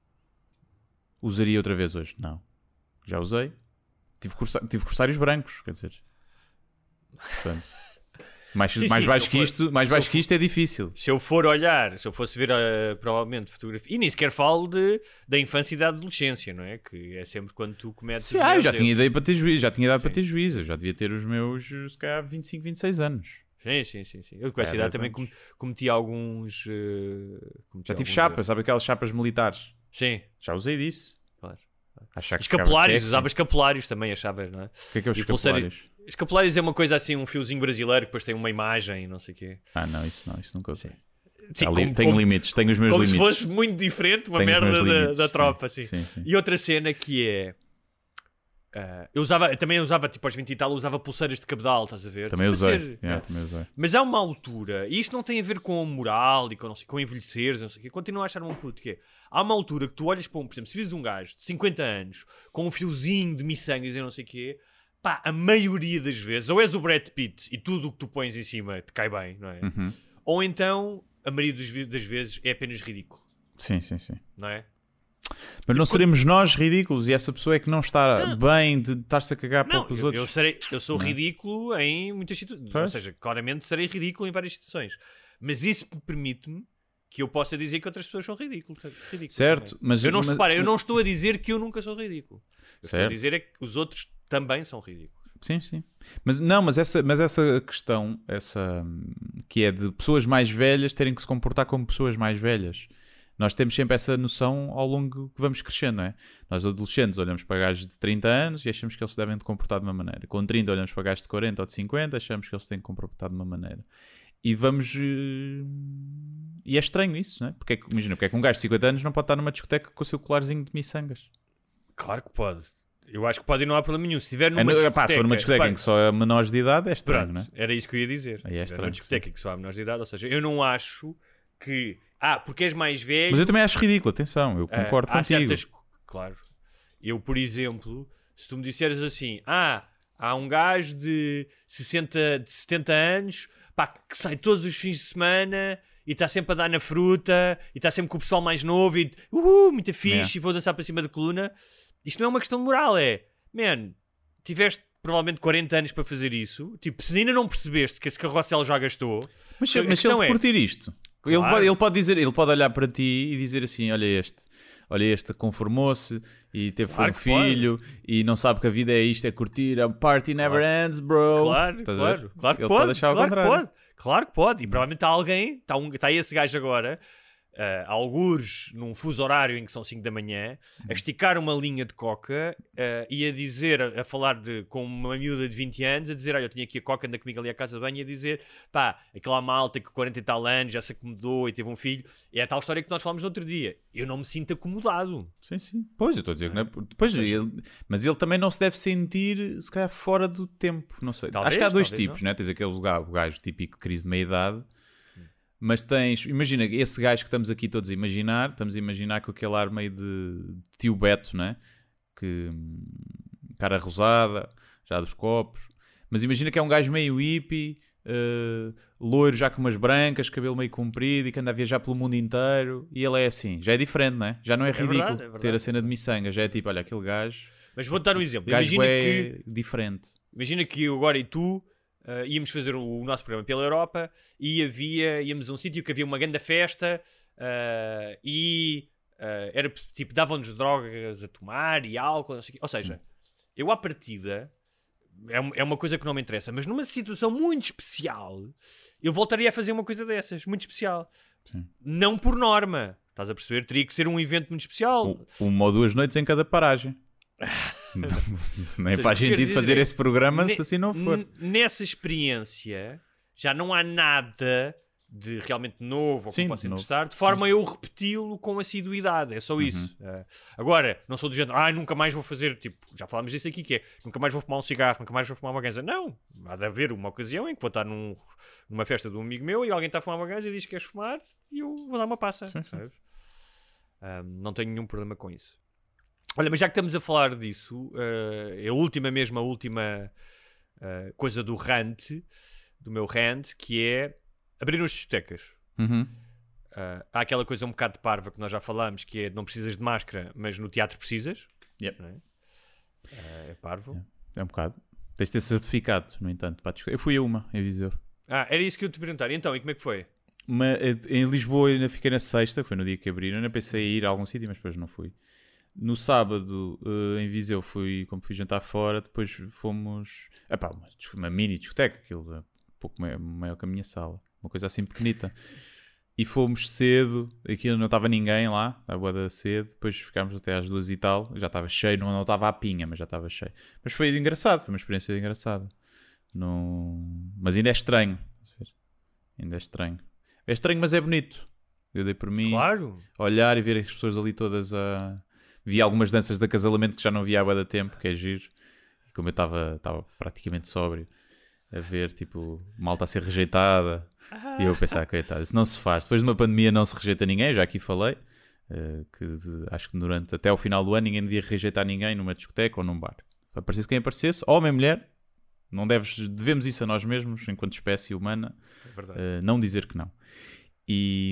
Usaria outra vez hoje? Não. Já usei. Tive, corsa... Tive corsários brancos, quer dizer. Portanto, mais, Sim, mais sim, baixo se que eu for- isto, mais se eu baixo for- que isto é difícil. Se eu for olhar, se eu fosse ver uh, provavelmente fotografia... E nem sequer falo de, da infância e da adolescência, não é? Que é sempre quando tu cometes... Sim, os ah, eu erros. já tinha ideia para ter juízo, já tinha idade Sim. para ter juízo. Eu já devia ter os meus, se calhar, vinte e cinco, vinte e seis anos. Sim, sim, sim, sim. Eu com essa É, idade dez também anos. com- cometi alguns... uh, cometi Já tive alguns chapas, erros. sabe aquelas chapas militares? Sim, Já usei disso. claro. Achar que ficava Escapulários, sexy. usava escapulários também, achavas, não é? O que é que é os E pulseiras- escapulários? Escapulários é uma coisa assim, um fiozinho brasileiro que depois tem uma imagem e não sei o quê. Ah, não, isso não, isso nunca usei. Sim, Há li- como- tenho como- limites, tenho os meus Como limites. se fosse muito diferente, uma Tenho os merda meus da, limites, da sim. tropa, assim. Sim, sim. E outra cena que é... ah, eu usava, eu também usava, tipo aos vinte e tal, eu usava pulseiras de cabedal, estás a ver? Também Tipo, para usei. ser- Yeah, é. também usei. Mas há uma altura, e isto não tem a ver com moral e com, não sei, com envelheceres, não sei o quê, continuo a achar-me um puto, que é, há uma altura que tu olhas para um, por exemplo, se vês um gajo de cinquenta anos, com um fiozinho de miçangas e não sei o quê, pá, a maioria das vezes, ou és o Brad Pitt e tudo o que tu pões em cima te cai bem, não é? Uhum. Ou então, a maioria das ve- das vezes é apenas ridículo, Sim, sim, sim. não é? Mas não seremos nós ridículos e essa pessoa é que não está Não. bem de estar-se a cagar para Não, o que os eu, outros. eu, serei, eu sou Não é? ridículo em muitas situações. Ou Pois. seja, claramente serei ridículo em várias situações. Mas isso permite-me que eu possa dizer que outras pessoas são ridículas. ridículas Certo, também. mas- eu não, mas- repara, eu não estou a dizer que eu nunca sou ridículo. Eu estou a Certo. dizer é que os outros também são ridículos. Sim, sim. Mas não, mas essa, mas essa questão, essa hum, que é de pessoas mais velhas terem que se comportar como pessoas mais velhas. Nós temos sempre essa noção ao longo que vamos crescendo, não é? Nós adolescentes olhamos para gajos de trinta anos e achamos que eles se devem de comportar de uma maneira. Com trinta olhamos para gajos de quarenta ou de cinquenta, achamos que eles se têm que comportar de uma maneira. E vamos... eh, E é estranho isso, não é? Porque é que, imagina, porque é que um gajo de cinquenta anos não pode estar numa discoteca com o seu colarzinho de miçangas? Claro que pode. Eu acho que pode e não há problema nenhum. Se estiver numa É, no- discoteca... pá, se for numa discoteca repara, em que só há menores de idade, é estranho, pronto, não é? era isso que eu ia dizer. Aí é Se estiver numa estranho, discoteca em que só há menores de idade, ou seja, eu não acho que... Ah, porque és mais velho... Mas eu também acho ridículo, atenção, eu concordo Ah, há contigo. certas- Claro. Eu, por exemplo, se tu me disseres assim, ah, há um gajo de, sessenta, de setenta anos, pá, que sai todos os fins de semana e está sempre a dar na fruta e está sempre com o pessoal mais novo e uhul, muito fixe, Yeah. e vou dançar para cima da coluna. Isto não é uma questão de moral, é, man, tiveste provavelmente quarenta anos para fazer isso, tipo, se ainda não percebeste que esse carrossel já gastou, Mas, a se- mas se questão ele é- curtir isto, ele, Claro. pode, ele pode dizer, ele pode olhar para ti e dizer assim: olha este, olha este conformou-se e teve Claro um que pode. filho e não sabe que a vida é isto, é curtir, a party never ends, bro. Claro, Estás a ver? claro, claro que Ele pode, achar ao claro que contrário. pode, claro que pode. E provavelmente há alguém, está um, tá esse gajo agora, Uh, algures num fuso horário em que são cinco da manhã, a esticar uma linha de coca uh, e a dizer, a, a falar de, com uma miúda de vinte anos, a dizer, olha, eu tinha aqui a coca, anda comigo ali à casa de banho, e a dizer, pá, aquela malta que quarenta e tal anos já se acomodou e teve um filho, é a tal história que nós falamos no outro dia. Eu não me sinto acomodado. Sim, sim. Pois, eu estou a dizer que não é... Pois, ele... Mas ele também não se deve sentir, se calhar, fora do tempo, não sei. Talvez, Acho que há dois talvez, tipos, não? né? Tens aquele lugar, o gajo típico de crise de meia-idade, mas tens, imagina, esse gajo que estamos aqui todos a imaginar, estamos a imaginar com aquele ar meio de tio Beto, né? Que cara rosada, já dos copos, mas imagina que é um gajo meio hippie, uh, loiro já com umas brancas, cabelo meio comprido e que anda a viajar pelo mundo inteiro, e ele é assim, já é diferente, né? Já não é ridículo verdade, é verdade. ter a cena de miçanga, já é tipo, olha, aquele gajo, Mas vou-te dar um exemplo. gajo Imagina é que, diferente. imagina que eu agora e tu Uh, íamos fazer o, o nosso programa pela Europa e havia, íamos a um sítio que havia uma grande festa uh, e uh, era tipo, davam-nos drogas a tomar e álcool, não sei o quê. Ou seja, eu à partida é, é uma coisa que não me interessa, mas numa situação muito especial eu voltaria a fazer uma coisa dessas, muito especial. Sim. Não por norma, estás a perceber? Teria que ser um evento muito especial. Um, uma ou duas noites em cada paragem. Nem Seja, faz quer sentido dizer, fazer esse programa ne- se assim não for. n- Nessa experiência já não há nada de realmente novo ou que Sim, me possa de novo. interessar, de forma a eu repeti-lo com assiduidade. É só isso. Uhum. Uh, agora, não sou do género, ah, nunca mais vou fazer, tipo, já falámos disso aqui, que é, nunca mais vou fumar um cigarro, nunca mais vou fumar uma ganza. Não, há de haver uma ocasião em que vou estar num, numa festa de um amigo meu e alguém está a fumar uma ganza e diz que queres fumar e eu vou dar uma passa. Sim, sim. Sabes? Um, não tenho nenhum problema com isso. Olha, mas já que estamos a falar disso, uh, a última mesmo, a última uh, coisa do rant, do meu rant, que é abrir as discotecas. Uhum. Uh, há aquela coisa um bocado de parva que nós já falamos, que é não precisas de máscara, mas no teatro precisas. Yep. Não é? Uh, é parvo. Yeah. É um bocado. Tens de ter certificado, no entanto. Para a discoteca. Eu fui a uma, em Viseu. Ah, era isso que eu te perguntar. E então, e como é que foi? Uma, em Lisboa eu ainda fiquei na sexta, foi no dia que abriram. Eu ainda pensei em ir a algum sítio, mas depois não fui. No sábado, uh, em Viseu, fui, como fui jantar fora, depois fomos... Epá, uma, uma mini discoteca, aquilo é um pouco maior, maior que a minha sala. Uma coisa assim pequenita. E fomos cedo, aqui não estava ninguém lá, a boa cedo, depois ficámos até às duas e tal, já estava cheio, não, não estava à pinha, mas já estava cheio. Mas foi engraçado, foi uma experiência engraçada. No... Mas ainda é estranho. Ainda é estranho. É estranho, mas é bonito. Eu dei por mim, Claro. olhar e ver as pessoas ali todas a... Vi algumas danças de acasalamento que já não via há bué de tempo, que é giro. E como eu estava praticamente sóbrio, a ver, tipo, malta a ser rejeitada. Ah. E eu a pensar, coitado, isso não se faz. Depois de uma pandemia não se rejeita ninguém, já aqui falei. Uh, que de, acho que durante, até ao final do ano ninguém devia rejeitar ninguém numa discoteca ou num bar. Aparecesse quem aparecesse, homem, mulher, não deves, devemos isso a nós mesmos, enquanto espécie humana, É verdade. uh, não dizer que não. E,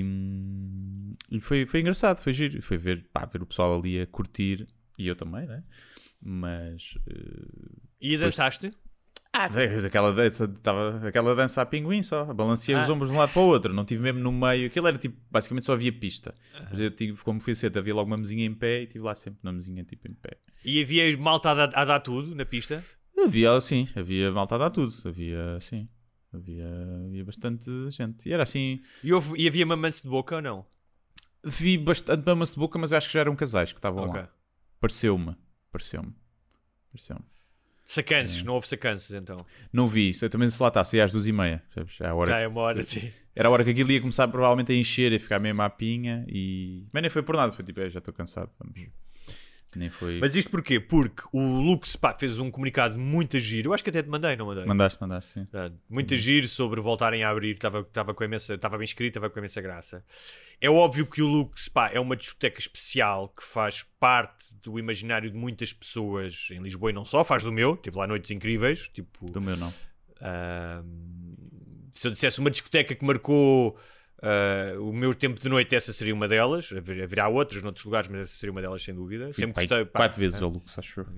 e foi, foi engraçado, foi giro. Foi ver, pá, ver o pessoal ali a curtir, e eu também, né? Mas. Uh, E depois... dançaste? Ah, aquela dança, tava, aquela dança a pinguim só, balanceei Ah. os ombros de um lado para o outro, não tive mesmo no meio. Aquilo era tipo, basicamente só havia pista. Mas eu tive, como fui cedo, havia logo uma mesinha em pé e estive lá sempre na mesinha tipo em pé. E havia malta a dar, a dar tudo na pista? Havia, sim, havia malta a dar tudo, havia, sim. Havia, havia bastante gente. E era assim... E, houve, e havia mamanço de boca ou não? Vi bastante mamas de boca, mas eu acho que já eram casais que estavam Ok. lá. Pareceu-me. Pareceu-me. Pareceu-me. Sacanços, não houve sacanços então. Não vi. Isso, eu também se lá está, saí às duas e meia. Sabes? Já é a hora Já que- é uma hora, sim. Era a hora que aquilo ia começar provavelmente a encher e ficar mesmo à pinha. E... Mas nem foi por nada. Foi tipo, "É, já estou cansado. Vamos." Nem foi... Mas isto porquê? Porque o Lux, pá, fez um comunicado muito giro. Eu acho que até te mandei, não mandei? Mandaste, mandaste, sim. Ah, muito giro sobre voltarem a abrir. Estava com a imensa, estava bem escrito, estava com a imensa graça. É óbvio que o Lux, pá, é uma discoteca especial que faz parte do imaginário de muitas pessoas em Lisboa e não só, faz do meu. Tive lá noites incríveis, tipo... Do meu não. ah, se eu dissesse uma discoteca que marcou ah, o meu tempo de noite, essa seria uma delas. Haver- Haverá outras noutros lugares, mas essa seria uma delas sem dúvida. Fui, Sempre pá, gostei, pá. quatro vezes ao Lux, acho eu.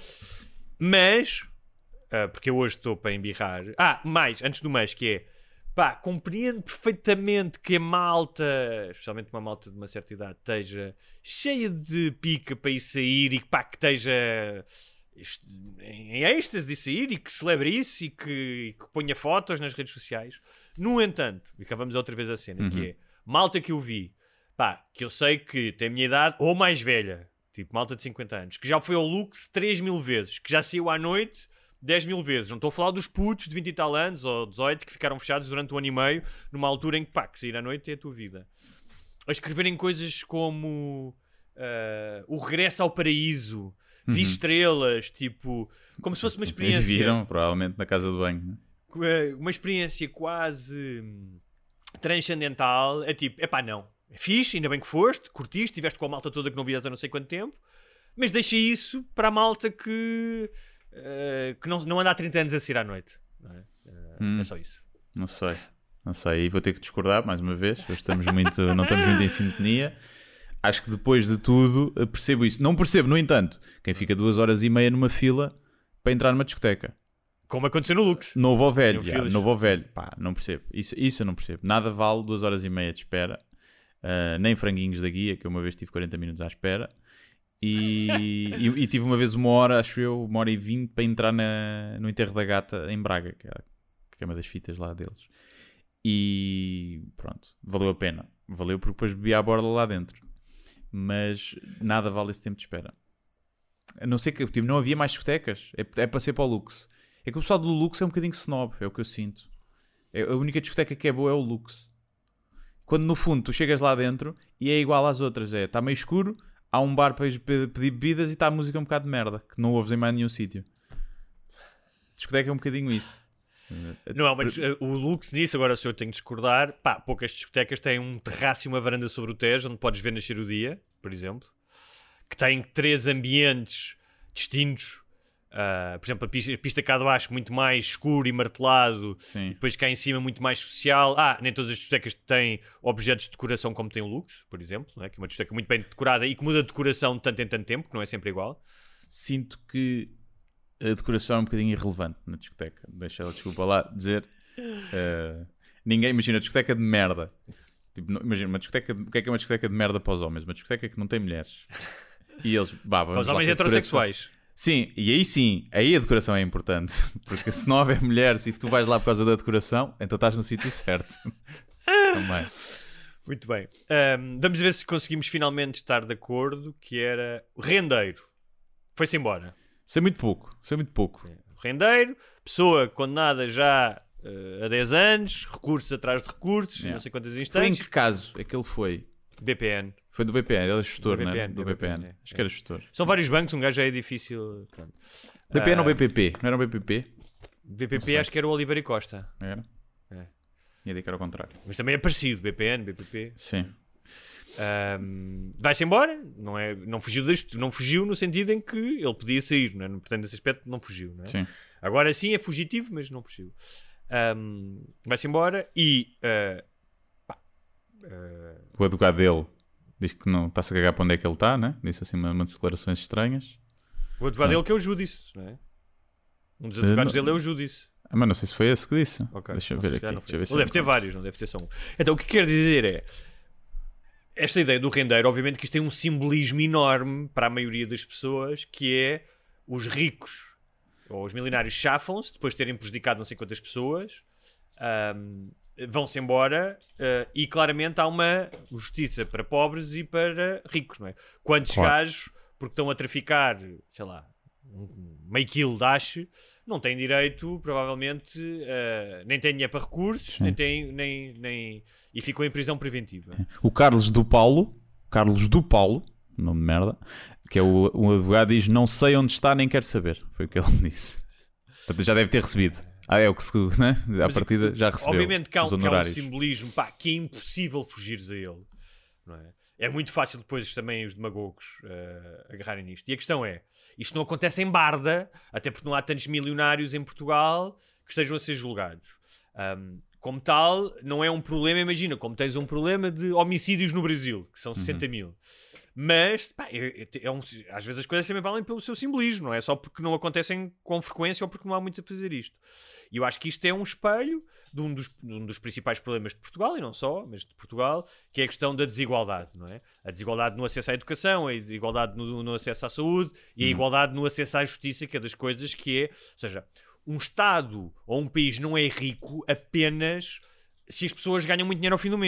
Mas, ah, porque eu hoje estou para embirrar. Ah, mais, antes do mais, que é pá, compreendo perfeitamente que a malta, especialmente uma malta de uma certa idade, esteja cheia de pica para ir sair e que, pá, que esteja est- em êxtase de sair e que celebre isso e que, e que ponha fotos nas redes sociais. No entanto, e acabamos outra vez a cena, Uhum. que é malta que eu vi, pá, que eu sei que tem a minha idade ou mais velha, tipo malta de cinquenta anos, que já foi ao Lux três mil vezes, que já saiu à noite dez mil vezes. Não estou a falar dos putos de vinte e tal anos ou dezoito que ficaram fechados durante um ano e meio, numa altura em que, pá, que sair à noite é a tua vida. A escreverem coisas como uh, o regresso ao paraíso, vi uhum. estrelas, tipo, como se fosse uma experiência. Eles viram, provavelmente, na casa do banho, né? Uma experiência quase transcendental. É tipo, epá, não, é fixe, ainda bem que foste, curtiste, estiveste com a malta toda que não vias há não sei quanto tempo, mas deixa isso para a malta que, uh, que não, não anda há trinta anos a sair à noite. Não é? Uh, hum, é só isso. Não sei, não sei, e vou ter que discordar mais uma vez. Hoje estamos muito, não estamos muito em sintonia. Acho que depois de tudo percebo isso. Não percebo, no entanto, quem fica duas horas e meia numa fila para entrar numa discoteca. Como aconteceu no Lux. Novo ou velho, já, novo ou velho. Pá, não percebo. Isso, isso eu não percebo. Nada vale duas horas e meia de espera. Uh, nem franguinhos da guia, que eu uma vez tive quarenta minutos à espera. E, e, e tive uma vez uma hora, acho eu, uma hora e vinte para entrar na, no enterro da gata em Braga, que é, que é uma das fitas lá deles. E pronto, valeu a pena. Valeu porque depois bebi a borda lá dentro. Mas nada vale esse tempo de espera. A não ser que tipo, não havia mais discotecas. É, é para ser para o Lux. É que o pessoal do Lux é um bocadinho snob, é o que eu sinto. É, a única discoteca que é boa é o Lux. Quando no fundo tu chegas lá dentro e é igual às outras. É, está meio escuro, há um bar para pedir bebidas e está a música um bocado de merda, que não ouves em mais nenhum sítio. Discoteca é um bocadinho isso. Não, mas uh, o Lux nisso, agora se eu tenho de discordar, pá, poucas discotecas têm um terraço e uma varanda sobre o Tejo, onde podes ver nascer o dia, por exemplo, que têm três ambientes distintos. Uh, por exemplo, a pista, a pista cá de baixo muito mais escuro e martelado. Sim. E depois cá em cima muito mais social. Ah, nem todas as discotecas têm objetos de decoração como tem o Lux, por exemplo, não é? Que é uma discoteca muito bem decorada e que muda de decoração de tanto em tanto tempo, que não é sempre igual. Sinto que a decoração é um bocadinho irrelevante na discoteca. Deixa ela, desculpa lá, dizer. Uh, ninguém imagina a discoteca de merda. Tipo, não, imagina uma discoteca. O que é que é uma discoteca de merda para os homens? Uma discoteca que não tem mulheres. E eles. Bah, para os homens heterossexuais. Sim, e aí sim, aí a decoração é importante. Porque se não houver mulheres e tu vais lá por causa da decoração, então estás no sítio certo. Também. Muito bem. Um, vamos ver se conseguimos finalmente estar de acordo. Que era o rendeiro. Foi-se embora. Sei muito pouco, sei muito pouco. Rendeiro, pessoa condenada já uh, há dez anos, recursos atrás de recursos, yeah. Não sei quantas instâncias. Foi em que caso é que ele foi? B P N. Foi do B P N, ele é gestor, do não é? B P N, Do B P N. B P N. Acho é. que era gestor. São vários bancos, um gajo já é difícil. Pronto. B P N uh, ou B P P? Não era o B P P? B P P acho que era o Oliveira e Costa. Era? É. Ia dizer que era ao contrário. Mas também é parecido, B P N, B P P. Sim. Um, vai-se embora, não, é, não, fugiu deste, não fugiu no sentido em que ele podia sair, não é? Portanto, nesse aspecto não fugiu, não é? Sim. Agora sim é fugitivo, mas não fugiu. Um, vai-se embora e uh, pá, uh... o advogado dele diz que não está-se a cagar para onde é que ele está, né? Disse assim uma, uma declarações estranhas. O advogado dele que é o Judice, não é? Um dos advogados uh, dele é o Judice. Ah, mas não sei se foi esse que disse. Okay. Deixa eu ver aqui. Deixa eu ver se ele deve ter vários, não deve ter só um. Então o que quer dizer é, esta ideia do rendeiro, obviamente que isto tem um simbolismo enorme para a maioria das pessoas, que é os ricos ou os milionários chafam-se depois de terem prejudicado não sei quantas pessoas, um, vão-se embora uh, e claramente há uma justiça para pobres e para ricos, não é? Quantos claro. gajos, porque estão a traficar, sei lá, um meio quilo de hache, não têm direito, provavelmente, uh, nem têm dinheiro para recursos, nem têm, nem, nem... e ficam em prisão preventiva. O Carlos do Paulo, Carlos do Paulo, nome de merda, que é o, o advogado, diz: não sei onde está, nem quero saber. Foi o que ele me disse. Portanto, já deve ter recebido. Ah, é o que se, né? À Mas, partida já recebeu. Obviamente que há, um, que há um simbolismo, pá, que é impossível fugires a ele, não é? É muito fácil depois também os demagogos uh, agarrarem nisto. E a questão é, isto não acontece em Barda, até porque não há tantos milionários em Portugal que estejam a ser julgados. Um, como tal, não é um problema, imagina, como tens um problema de homicídios no Brasil, que são sessenta mil. Mas, pá, é, é um, às vezes as coisas também valem pelo seu simbolismo, não é só porque não acontecem com frequência ou porque não há muitos a fazer isto. E eu acho que isto é um espelho de um dos, de um dos principais problemas de Portugal, e não só, mas de Portugal, que é a questão da desigualdade, não é? A desigualdade no acesso à educação, a desigualdade no, no acesso à saúde e a igualdade no acesso à justiça, que é das coisas que é... Ou seja, um Estado ou um país não é rico apenas se as pessoas ganham muito dinheiro ao fim do mês.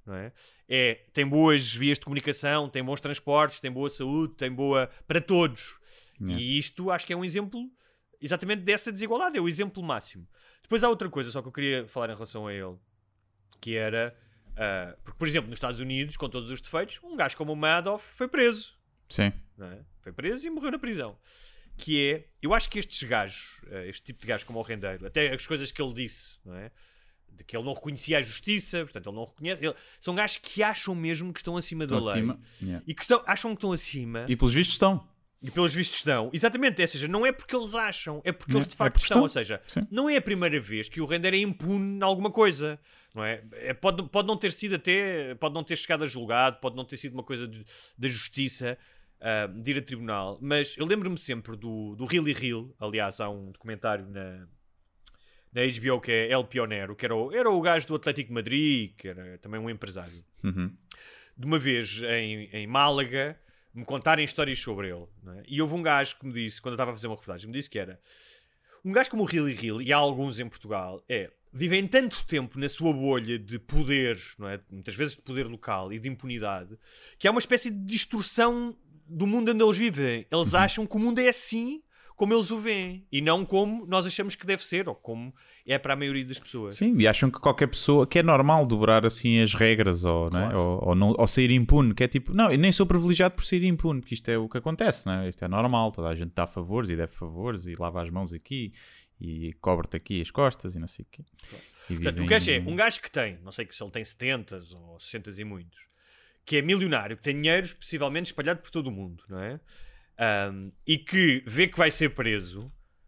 não é? É, tem boas vias de comunicação, tem bons transportes, tem boa saúde, tem boa... para todos. Yeah. E isto acho que é um exemplo exatamente dessa desigualdade, é o exemplo máximo. Depois há outra coisa só que eu queria falar em relação a ele, que era... Uh, porque, por exemplo, nos Estados Unidos, com todos os defeitos, um gajo como o Madoff foi preso. Sim. Não é? Foi preso e morreu na prisão. Que é... Eu acho que estes gajos, uh, este tipo de gajos como o Rendeiro, até as coisas que ele disse, não é? De que ele não reconhecia a justiça, portanto ele não reconhece. Ele, são gajos que acham mesmo que estão acima da lei. Acima. Yeah. E que estão, acham que estão acima. E pelos vistos estão. E pelos vistos estão. Exatamente. Ou seja, não é porque eles acham, é porque não, eles de facto é estão. estão. Ou seja, Sim. não é a primeira vez que o Rendeiro é impune em alguma coisa. Não é? É, pode, pode não ter sido até, pode não ter chegado a julgado, pode não ter sido uma coisa de, da justiça, uh, de ir a tribunal. Mas eu lembro-me sempre do, do Really Real. Aliás, há um documentário na... na H B O que é El Pionero, que era o, era o gajo do Atlético de Madrid, que era também um empresário. Uhum. De uma vez em, em Málaga, me contarem histórias sobre ele. Não é? E houve um gajo que me disse, quando eu estava a fazer uma reportagem, me disse que era um gajo como o Really Real, e há alguns em Portugal, é, vivem tanto tempo na sua bolha de poder, não é? Muitas vezes de poder local e de impunidade, que há uma espécie de distorção do mundo onde eles vivem. Eles uhum. acham que o mundo é assim como eles o veem, e não como nós achamos que deve ser, ou como é para a maioria das pessoas. Sim, e acham que qualquer pessoa, que é normal dobrar assim as regras, ou, claro. né? ou, ou, não, ou sair impune, que é tipo, não, eu nem sou privilegiado por sair impune, porque isto é o que acontece, né? Isto é normal, toda a gente dá favores e deve favores, e lava as mãos aqui, e cobre-te aqui as costas, e não sei o quê. Claro. Portanto, o que é, um gajo que tem, não sei se ele tem setenta ou sessenta e muitos, que é milionário, que tem dinheiro possivelmente espalhado por todo o mundo, não é? Um, e que vê que vai ser preso.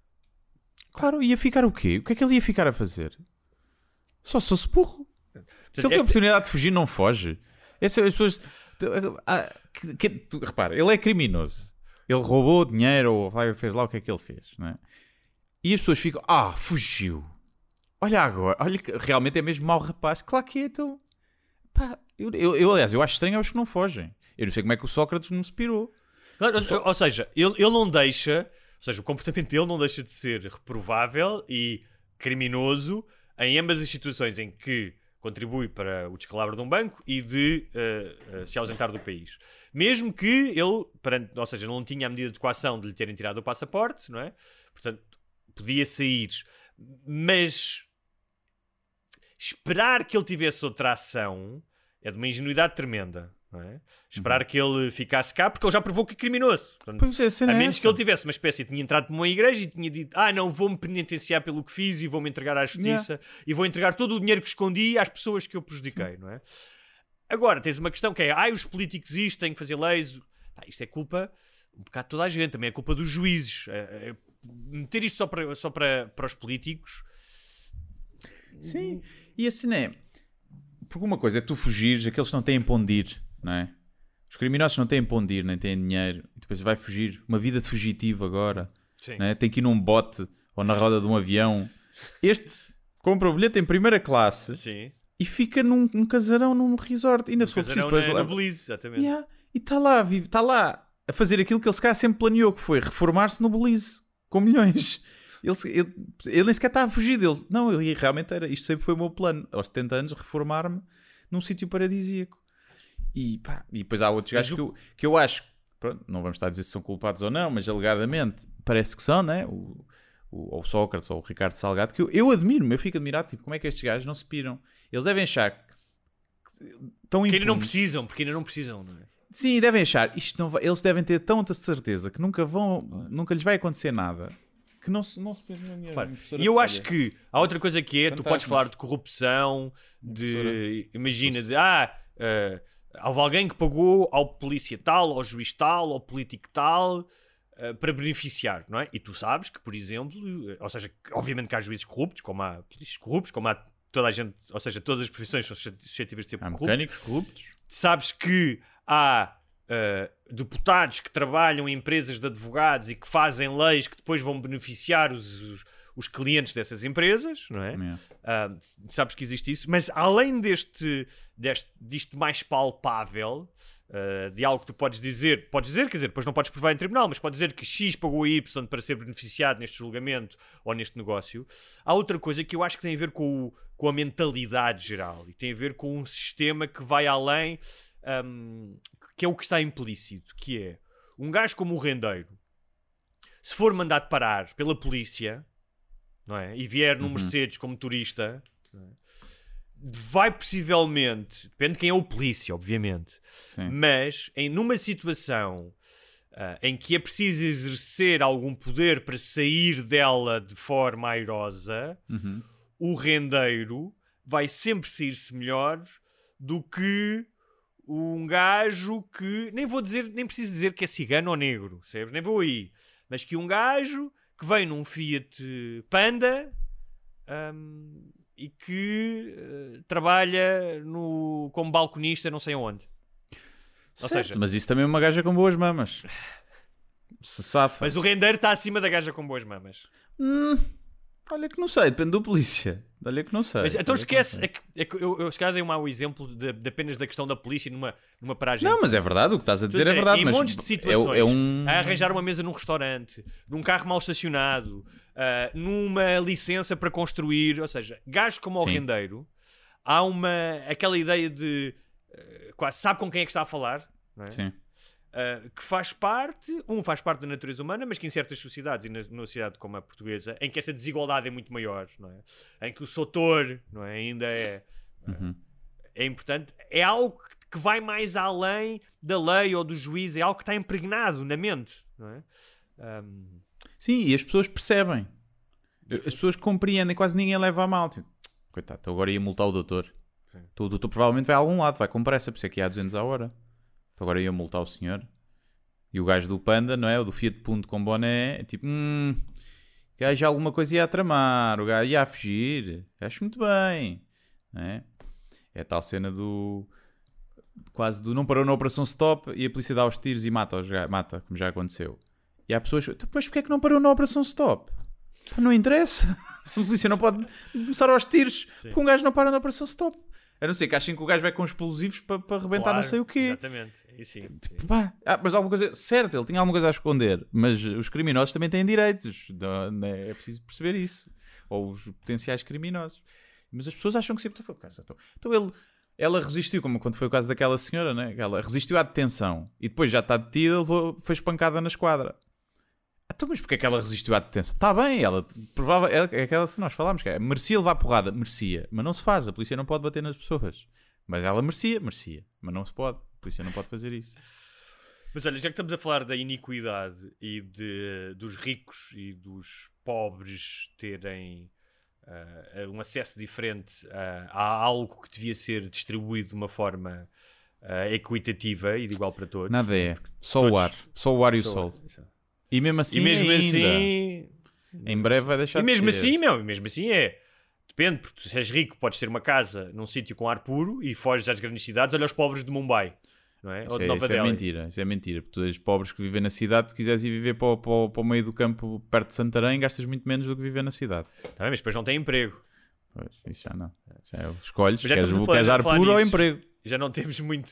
Claro, ia ficar o quê? O que é que ele ia ficar a fazer? Só se fosse burro. Portanto, se ele tem a oportunidade de fugir, não foge. Essas pessoas... Ah, que, que, tu, repara, ele é criminoso. Ele roubou dinheiro ou fez lá o que é que ele fez, não é? E as pessoas ficam... Ah, fugiu. Olha agora. Olha que realmente é mesmo mau rapaz. Claro que é, então... Pá, eu, eu, eu, aliás, eu acho estranho aos que não fogem. Eu não sei como é que o Sócrates não se pirou. Claro, ou, ou seja, ele, ele não deixa, ou seja, o comportamento dele não deixa de ser reprovável e criminoso em ambas as situações em que contribui para o descalabro de um banco e de uh, uh, se ausentar do país. Mesmo que ele, perante, ou seja, não tinha a medida de coação de lhe terem tirado o passaporte, não é? Portanto, podia sair, mas esperar que ele tivesse outra ação é de uma ingenuidade tremenda. Não é? Esperar uhum. que ele ficasse cá, porque ele já provou que é criminoso. Portanto, é, a menos essa. que ele tivesse uma espécie, tinha entrado numa igreja e tinha dito, ah não, vou-me penitenciar pelo que fiz e vou-me entregar à justiça yeah. e vou entregar todo o dinheiro que escondi às pessoas que eu prejudiquei, Sim. não é? Agora, tens uma questão que é, ah, os políticos isto, têm que fazer leis. Pá, isto é culpa, um bocado de toda a gente, também é culpa dos juízes. É, é, meter isto só para, só para, para os políticos... Sim, e assim é... Porque uma coisa é tu fugires, aqueles que não têm para onde ir, não é? Os criminosos não têm para onde ir, nem têm dinheiro, e depois vai fugir, uma vida de fugitivo agora, não é? Tem que ir num bote ou na roda de um avião. Este compra o bilhete em primeira classe Sim. e fica num, num casarão, num resort, e ainda um se for preciso na, para no Belize, exatamente. Yeah. E está lá, vive, está lá a fazer aquilo que ele se calhar sempre planeou, que foi reformar-se no Belize, com milhões. Ele, ele, ele nem sequer está a fugir dele. Não, eu realmente era, isto sempre foi o meu plano, aos setenta anos, reformar-me num sítio paradisíaco. E, pá, e depois há outros gajos que eu, que eu acho, pronto, não vamos estar a dizer se são culpados ou não, mas alegadamente parece que são, né? O, o, ou o Sócrates ou o Ricardo Salgado, que eu, eu admiro-me, eu fico admirado, tipo, como é que estes gajos não se piram? Eles devem achar que estão porque ainda não precisam, porque ainda não precisam, não é? Sim, devem achar, isto não vai, eles devem ter tanta certeza que nunca vão, nunca lhes vai acontecer nada. Que não se, não se claro. E eu acho que há outra coisa que é, Fantasmas. Tu podes falar de corrupção, de, imagina, de, ah, uh, houve alguém que pagou ao polícia tal, ao juiz tal, ao político tal, uh, para beneficiar, não é? E tu sabes que, por exemplo, ou seja, obviamente que há juízes corruptos, como há polícias corruptos, como há toda a gente, ou seja, todas as profissões são suscetíveis de ser corruptos. Há mecânicos corruptos. Sabes que há... Uh, deputados que trabalham em empresas de advogados e que fazem leis que depois vão beneficiar os, os, os clientes dessas empresas, não é? Yeah. Uh, sabes que existe isso, mas além deste, deste disto mais palpável, uh, de algo que tu podes dizer, podes dizer, quer dizer, depois não podes provar em tribunal, mas podes dizer que X pagou Y para ser beneficiado neste julgamento ou neste negócio. Há outra coisa que eu acho que tem a ver com, o, com a mentalidade geral e tem a ver com um sistema que vai além, um, que é o que está implícito, que é um gajo como o rendeiro, se for mandado parar pela polícia, não é? E vier num uhum. Mercedes como turista, não é? Vai possivelmente, depende de quem é o polícia, obviamente, sim. Mas em numa situação uh, em que é preciso exercer algum poder para sair dela de forma airosa, uhum. O rendeiro vai sempre sair-se melhor do que um gajo que, nem vou dizer, nem preciso dizer que é cigano ou negro, sabes? Nem vou aí, mas que um gajo que vem num Fiat Panda um, e que uh, trabalha no, como balconista não sei onde. Ou certo, seja, mas isso também é uma gaja com boas mamas. Se safa. Mas o rendeiro está acima da gaja com boas mamas. Hum, olha que não sei, depende do polícia. Olha que não sei. Mas, então esquece, que é que, é que eu, eu se calhar dei um mau exemplo de, de apenas da questão da polícia numa, numa paragem. Não, mas é verdade, o que estás a dizer é, é verdade. Em mas montes de situações, é, é um... a arranjar uma mesa num restaurante, num carro mal estacionado, uh, numa licença para construir, ou seja, gajos como o rendeiro, há uma, aquela ideia de uh, quase sabe com quem é que está a falar, não é? Sim. Uh, que faz parte, um faz parte da natureza humana, mas que em certas sociedades, e na, numa sociedade como a portuguesa, em que essa desigualdade é muito maior, não é? Em que o soutor, não é? Ainda é, uhum. é importante, é algo que vai mais além da lei ou do juiz, é algo que está impregnado na mente, não é? Um... Sim, e as pessoas percebem, as pessoas compreendem, quase ninguém leva a mal. Tipo, coitado, então agora ia multar o doutor. Então, o doutor provavelmente vai a algum lado, vai com pressa, por isso é que ia a duzentos a hora. Agora ia multar o senhor. E o gajo do Panda, não é? O do Fiat Punto com boné. É tipo, hum, o gajo alguma coisa ia a tramar. O gajo ia a fugir. Acho muito bem. Não é? É a tal cena do... Quase do não parou na operação stop e a polícia dá aos tiros e mata, os, mata como já aconteceu. E há pessoas... Depois porquê é que não parou na operação stop? Não interessa. A polícia não pode começar aos tiros. Sim. Porque um gajo não para na operação stop. A não ser que achem que o gajo vai com explosivos para pa arrebentar claro, não sei o quê. Exatamente. E sim, sim. Pá, ah, mas alguma coisa... Certo, ele tinha alguma coisa a esconder. Mas os criminosos também têm direitos. Não, é preciso perceber isso. Ou os potenciais criminosos. Mas as pessoas acham que sempre... Então, então ele... Ela resistiu, como quando foi o caso daquela senhora, né? Ela resistiu à detenção. E depois já está detida, levou, foi espancada na esquadra. Então, mas porquê é que ela resistiu à detenção? Está bem, ela provável, é aquela que nós falámos, que é, merecia levar porrada, merecia, mas não se faz, a polícia não pode bater nas pessoas. Mas ela merecia, merecia, mas não se pode, a polícia não pode fazer isso. Mas olha, já que estamos a falar da iniquidade e de, dos ricos e dos pobres terem uh, um acesso diferente uh, a algo que devia ser distribuído de uma forma uh, equitativa e de igual para todos. Nada é, só todos, o ar, só o ar e o sol. Ar, E mesmo assim, e mesmo ainda, assim em breve vai deixar e mesmo de ser. assim, meu, e mesmo assim é depende, porque se és rico podes ter uma casa num sítio com ar puro e foges às grandes cidades, olha os pobres de Mumbai, não é? Isso, Ou de é, Nova isso é Delhi. mentira, isso é mentira, porque tu és pobres que vivem na cidade, se quiseres ir viver para o, para, o, para o meio do campo perto de Santarém, gastas muito menos do que viver na cidade. Tá bem, mas depois não tem emprego. Pois, isso já não, já é, escolhes, já queres, queres ar puro ou emprego. Já não temos muito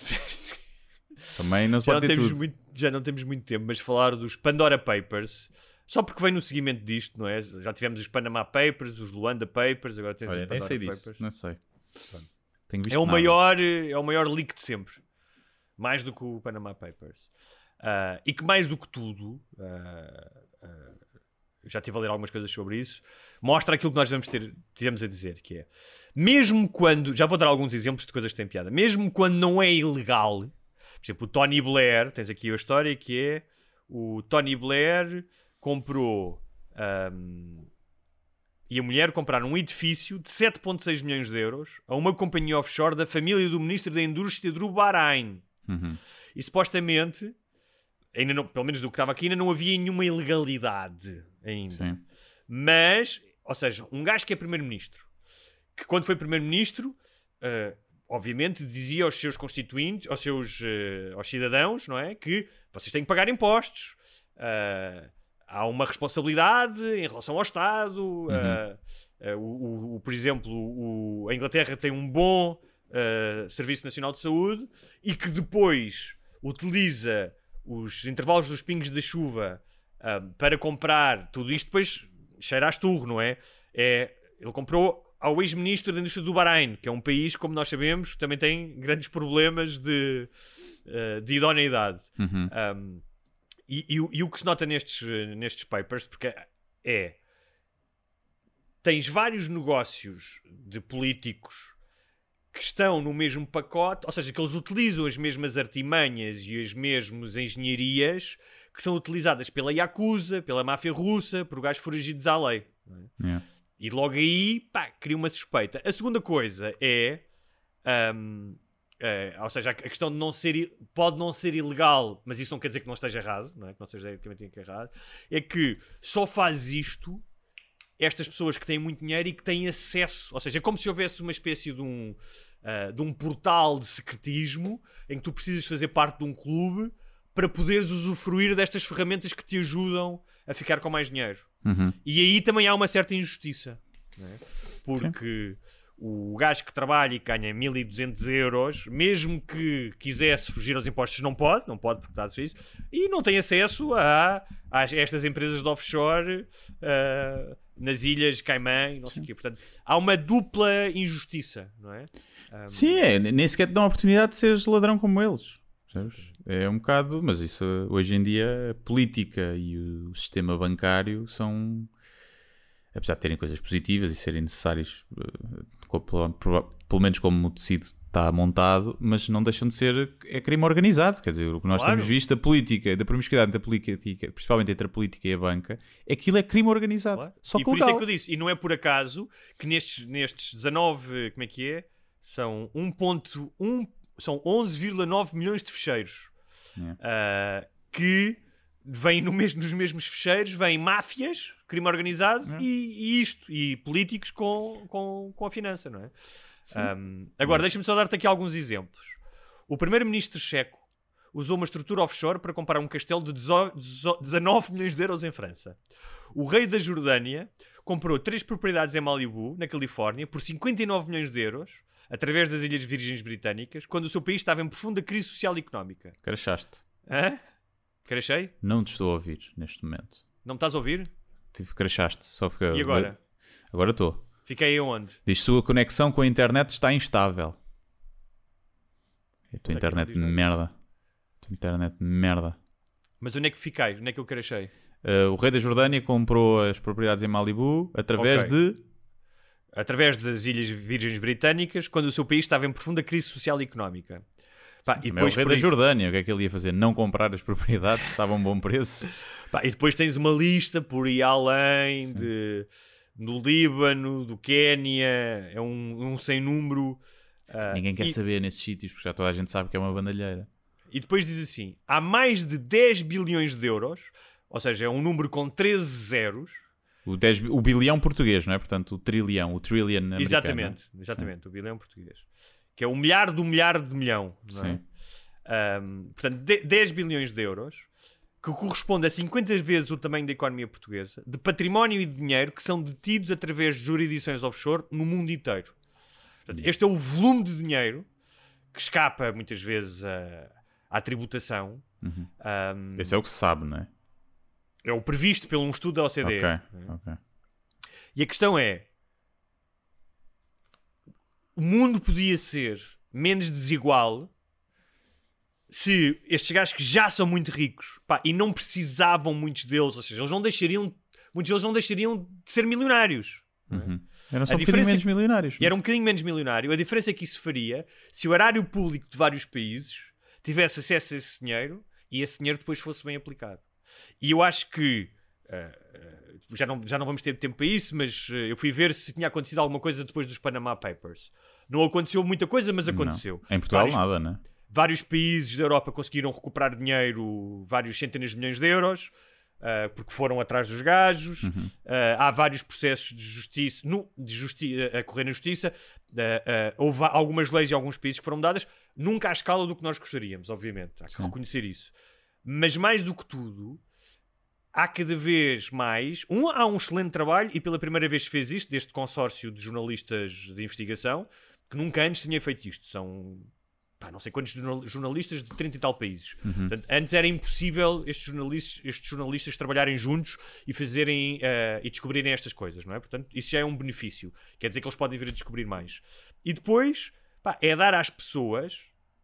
também não se já pode não ter temos tudo. Muito, já não temos muito tempo, mas falar dos Pandora Papers, só porque vem no seguimento disto, não é? Já tivemos os Panama Papers, os Luanda Papers, agora temos Olha, os Pandora nem sei Papers. disso, não sei. Tenho visto é, o nada. maior, é o maior leak de sempre. Mais do que o Panama Papers. Uh, e que mais do que tudo, uh, uh, já estive a ler algumas coisas sobre isso, mostra aquilo que nós vamos ter, tivemos a dizer, que é, mesmo quando, já vou dar alguns exemplos de coisas que têm piada, mesmo quando não é ilegal, por exemplo, o Tony Blair, tens aqui a história que é, o Tony Blair comprou, um, e a mulher compraram um edifício de sete vírgula seis milhões de euros a uma companhia offshore da família do ministro da Indústria do Bahrein. Uhum. E supostamente, ainda não, pelo menos do que estava aqui, ainda não havia nenhuma ilegalidade ainda. Sim. Mas, ou seja, um gajo que é primeiro-ministro, que quando foi primeiro-ministro, uh, obviamente dizia aos seus constituintes, aos seus uh, aos cidadãos, não é? Que vocês têm que pagar impostos, uh, há uma responsabilidade em relação ao Estado, uhum. uh, uh, o, o, por exemplo, o, a Inglaterra tem um bom uh, Serviço Nacional de Saúde e que depois utiliza os intervalos dos pingos da chuva uh, para comprar tudo isto, depois cheira a esturro, não é? é? Ele comprou ao ex-ministro da indústria do Bahrein, que é um país, como nós sabemos, que também tem grandes problemas de, uh, de idoneidade. Uhum. Um, e, e, e o que se nota nestes, nestes papers, porque é... Tens vários negócios de políticos que estão no mesmo pacote, ou seja, que eles utilizam as mesmas artimanhas e as mesmas engenharias que são utilizadas pela Yakuza, pela máfia russa, por gajos foragidos à lei. Não é? Yeah. E logo aí, pá, cria uma suspeita. A segunda coisa é... Um, é ou seja, a questão de não ser... Pode não ser ilegal, mas isso não quer dizer que não esteja errado, não é? Que não esteja eticamente errado. É que só faz isto... estas pessoas que têm muito dinheiro e que têm acesso, ou seja, é como se houvesse uma espécie de um, uh, de um portal de secretismo em que tu precisas fazer parte de um clube para poderes usufruir destas ferramentas que te ajudam a ficar com mais dinheiro. Uhum. E aí também há uma certa injustiça, não é? Porque sim, o gajo que trabalha e ganha mil e duzentos euros, mesmo que quisesse fugir aos impostos, não pode, não pode porque está de serviço, e não tem acesso a, a estas empresas de offshore uh, nas ilhas Caimã e não sei o quê. Portanto, há uma dupla injustiça, não é? Um... Sim, é, nem sequer te dão a oportunidade de seres ladrão como eles. Sabes? É um bocado, mas isso hoje em dia a política e o sistema bancário são, apesar de terem coisas positivas e serem necessários, pelo menos como o tecido está montado, mas não deixam de ser, é crime organizado. Quer dizer, o que nós claro. temos visto, a política, da promiscuidade entre a política, principalmente entre a política e a banca, aquilo é crime organizado. Claro. Só e que por legal. isso é que eu disse, e não é por acaso que nestes, nestes dezanove, como é que é? São um ponto um, são onze vírgula nove milhões de fecheiros. Yeah. Uh, que vêm no mesmo, nos mesmos fecheiros, vêm máfias, crime organizado, yeah. e, e isto, e políticos com, com, com a finança, não é? Um, agora, yeah. deixa-me só dar-te aqui alguns exemplos. O primeiro-ministro checo usou uma estrutura offshore para comprar um castelo de dezanove milhões de euros em França. O rei da Jordânia comprou três propriedades em Malibu, na Califórnia, por cinquenta e nove milhões de euros, através das Ilhas Virgens Britânicas, quando o seu país estava em profunda crise social e económica. Crachaste. Hã? Crachei? Não te estou a ouvir neste momento. Não me estás a ouvir? Tive crachaste, só fica... E agora? Agora estou. Fiquei aonde? Diz: sua conexão com a internet está instável. É a tua Onde é internet que de não diz merda. A tua internet de merda. Mas onde é que fiquei? Onde é que eu crachei? Uh, o rei da Jordânia comprou as propriedades em Malibu através okay. de... Através das Ilhas Virgens Britânicas, quando o seu país estava em profunda crise social e económica. Pá, e depois, é o rei da isso... Jordânia, o que é que ele ia fazer? Não comprar as propriedades, estava a um bom preço. Pá, e depois tens uma lista por aí além de, do Líbano, do Quénia, é um, um sem número. Uh, Ninguém quer e... saber nesses sítios, porque já toda a gente sabe que é uma bandalheira. E depois diz assim, há mais de dez bilhões de euros, ou seja, é um número com treze zeros. O, dez, o bilhão português, não é? Portanto, o trilhão, o trillion americano. Exatamente, é? exatamente, Sim. o bilhão português. Que é o milhar do milhar de milhão. Não Sim. É? Um, portanto, dez bilhões de euros, que corresponde a cinquenta vezes o tamanho da economia portuguesa, de património e de dinheiro que são detidos através de jurisdições offshore no mundo inteiro. Portanto, este é o volume de dinheiro que escapa muitas vezes a, à tributação. Uhum. Um, Esse é o que se sabe, não é? É o previsto pelo um estudo da O C D E. Okay, okay. E a questão é, o mundo podia ser menos desigual se estes gajos que já são muito ricos, pá, e não precisavam muitos deles, ou seja, eles não deixariam, muitos deles não deixariam de ser milionários. Uhum. Eram só um bocadinho menos milionários. E era um bocadinho menos milionário. A diferença é que isso faria se o erário público de vários países tivesse acesso a esse dinheiro e esse dinheiro depois fosse bem aplicado. E eu acho que uh, já, não, já não vamos ter tempo para isso, mas uh, eu fui ver se tinha acontecido alguma coisa depois dos Panama Papers. Não aconteceu muita coisa, mas aconteceu. Não. Em Portugal vários, nada, né? Vários países da Europa conseguiram recuperar dinheiro, vários centenas de milhões de euros, uh, porque foram atrás dos gajos. Uhum. Uh, há vários processos de justiça, no, de justi a correr na justiça. Uh, uh, houve algumas leis em alguns países que foram dadas, nunca à escala do que nós gostaríamos, obviamente. Há que Sim. reconhecer isso. Mas mais do que tudo, há cada vez mais... Um, há um excelente trabalho, e pela primeira vez se fez isto, deste consórcio de jornalistas de investigação, que nunca antes tinha feito isto. São pá, não sei quantos jornal- jornalistas de trinta e tal países. Uhum. Portanto, antes era impossível estes jornalistas, estes jornalistas trabalharem juntos e fazerem uh, e descobrirem estas coisas, não é? Portanto, isso já é um benefício. Quer dizer que eles podem vir a descobrir mais. E depois, pá, é dar às pessoas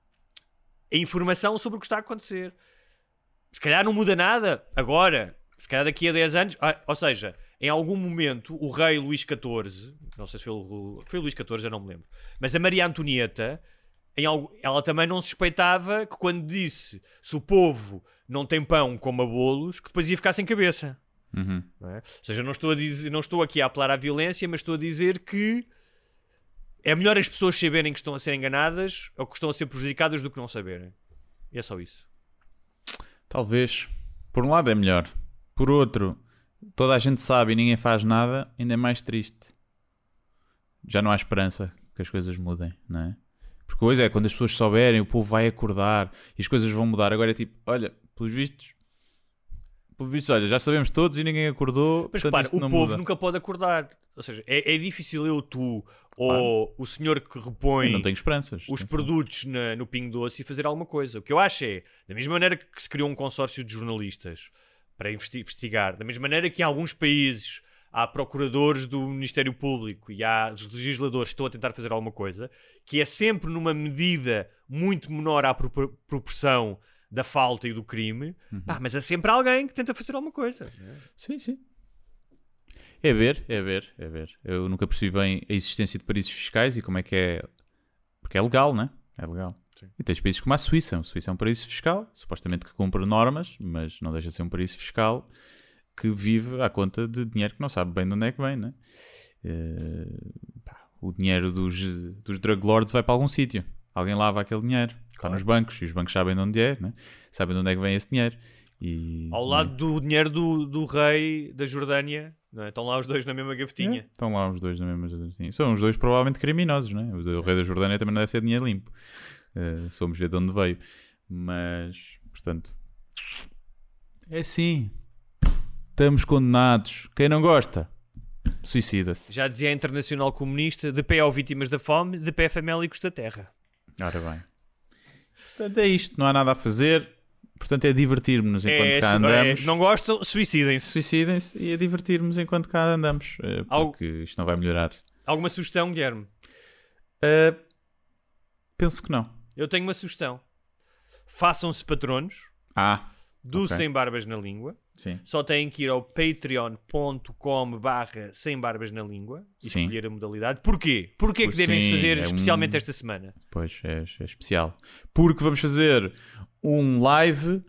a informação sobre o que está a acontecer. Se calhar não muda nada agora, se calhar daqui a dez anos, ah, ou seja, em algum momento o rei Luís catorze, não sei se foi o, foi o Luís catorze, eu não me lembro, mas a Maria Antonieta, em algo, ela também não suspeitava que quando disse se o povo não tem pão, coma bolos, que depois ia ficar sem cabeça. Uhum. Não é? Ou seja, não estou, a dizer, não estou aqui a apelar à violência, mas estou a dizer que é melhor as pessoas saberem que estão a ser enganadas ou que estão a ser prejudicadas do que não saberem. E é só isso. Talvez. Por um lado é melhor. Por outro, toda a gente sabe e ninguém faz nada, ainda é mais triste. Já não há esperança que as coisas mudem, não é? Porque hoje é, quando as pessoas souberem, o povo vai acordar e as coisas vão mudar. Agora é tipo, olha, pelos vistos, pelos vistos, olha, já sabemos todos e ninguém acordou. Mas portanto, repara, o não povo muda. nunca pode acordar. Ou seja, é, é difícil eu, tu Claro. ou o senhor que repõe Eu não tenho esperanças. os atenção. produtos na- no Pingo Doce e fazer alguma coisa. O que eu acho é, da mesma maneira que se criou um consórcio de jornalistas para investi- investigar, da mesma maneira que em alguns países há procuradores do Ministério Público e há legisladores que estão a tentar fazer alguma coisa, que é sempre numa medida muito menor à propor- proporção da falta e do crime, Uhum. pá, mas há sempre alguém que tenta fazer alguma coisa. Sim, sim. É ver, é ver, é ver. Eu nunca percebi bem a existência de paraísos fiscais e como é que é. Porque é legal, né? É legal. Sim. E tens países como a Suíça. A Suíça é um paraíso fiscal, supostamente que cumpre normas, mas não deixa de ser um paraíso fiscal que vive à conta de dinheiro que não sabe bem de onde é que vem, né? Eh, pá, o dinheiro dos, dos drug lords vai para algum sítio. Alguém lava aquele dinheiro. Está Claro. nos bancos e os bancos sabem de onde é, né? Sabem de onde é que vem esse dinheiro. E, Ao lado do dinheiro do, do rei da Jordânia, não é? Estão lá os dois na mesma gavetinha. É, estão lá os dois na mesma gavetinha. São os dois provavelmente criminosos, né? O, o rei da Jordânia também não deve ser dinheiro limpo. Uh, se vamos ver de onde veio. Mas, portanto, é assim. Estamos condenados. Quem não gosta, suicida-se. Já dizia a Internacional Comunista, de pé ao vítimas da fome, de pé famélicos da terra. Ora bem. Portanto, é isto. Não há nada a fazer. Portanto, é divertir-nos enquanto É, cá é, andamos. não gostam, suicidem-se. Suicidem-se e a divertir-nos enquanto cá andamos. uh, Algo- Porque isto não vai melhorar. Alguma sugestão, Guilherme? Uh, penso que não. Eu tenho uma sugestão. Façam-se patronos Ah, do ok. Sem Barbas na Língua. sim. Só têm que ir ao patreon.com barra Sem Barbas na Língua e Sim. escolher a modalidade. Porquê? Porquê que Pois devem sim, fazer é um- especialmente esta semana? Pois, é, é especial. Porque vamos fazer um live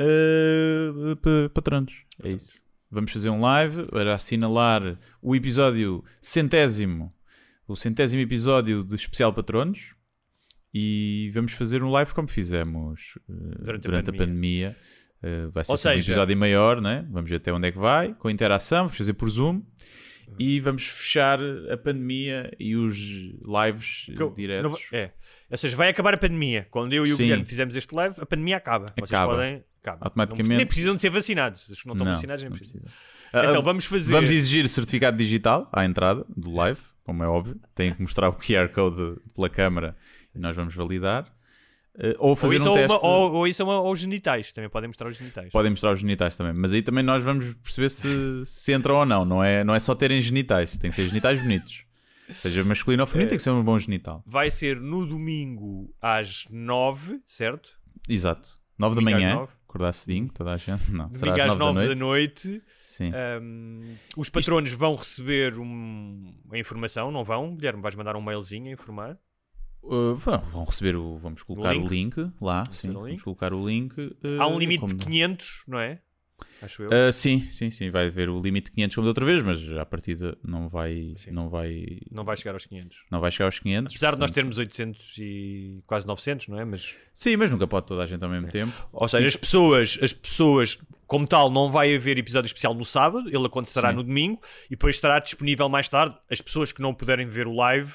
uh, para patronos. É isso. Vamos fazer um live para assinalar o episódio centésimo, o centésimo episódio de especial patronos. E vamos fazer um live como fizemos uh, Durante durante, a a pandemia. Uh, vai ser Ou sempre um seja- episódio maior, né? Vamos ver até onde é que vai, com interação, vamos fazer por Zoom. E vamos fechar a pandemia e os lives Que eu- diretos. não va- é. Ou seja, vai acabar a pandemia. Quando eu e o Sim. Guilherme fizemos este live, a pandemia acaba. Vocês Acaba. podem. Acaba. Automaticamente. Não- nem precisam de ser vacinados. Os que não estão Não, vacinados nem não precisam. precisa. Então Ah, vamos fazer. Vamos exigir certificado digital à entrada do live, como é óbvio. Tem que mostrar o Q R Code pela câmara e nós vamos validar. Uh, ou ou, fazer isso um ou, teste. uma, ou, ou isso é uma, ou os genitais. Também podem mostrar os genitais. Podem mostrar os genitais também. Mas aí também nós vamos perceber se, se entram ou não. Não é, não é só terem genitais. Tem que ser genitais bonitos. Seja masculino ou feminino, É. tem que ser um bom genital. Vai ser no domingo às nove, certo? Exato. nove da Domingo às manhã. nove. Acordar cedinho, toda a gente. Não, será Domingo às às nove nove da da noite. noite. Sim. Um, os patronos vão receber um, a informação, não vão? Guilherme, vais mandar um mailzinho a informar? Uh, vão, vão receber o. Vamos colocar link? o link lá. Sim, receber o vamos link? colocar o link. uh, Há um limite como- de quinhentos, não é? Acho eu. Uh, sim, sim, sim. Vai haver o limite de quinhentos como da outra vez, mas à partida não vai, Sim. não vai, Não vai chegar aos quinhentos. não vai chegar aos quinhentos. Apesar de nós portanto- termos oitocentos e quase novecentos, não é? Mas, Sim, mas nunca pode toda a gente ao mesmo tempo. ou seja, as pessoas, as pessoas, como tal, não vai haver episódio especial no sábado, ele acontecerá Sim. no domingo e depois estará disponível mais tarde. As pessoas que não puderem ver o live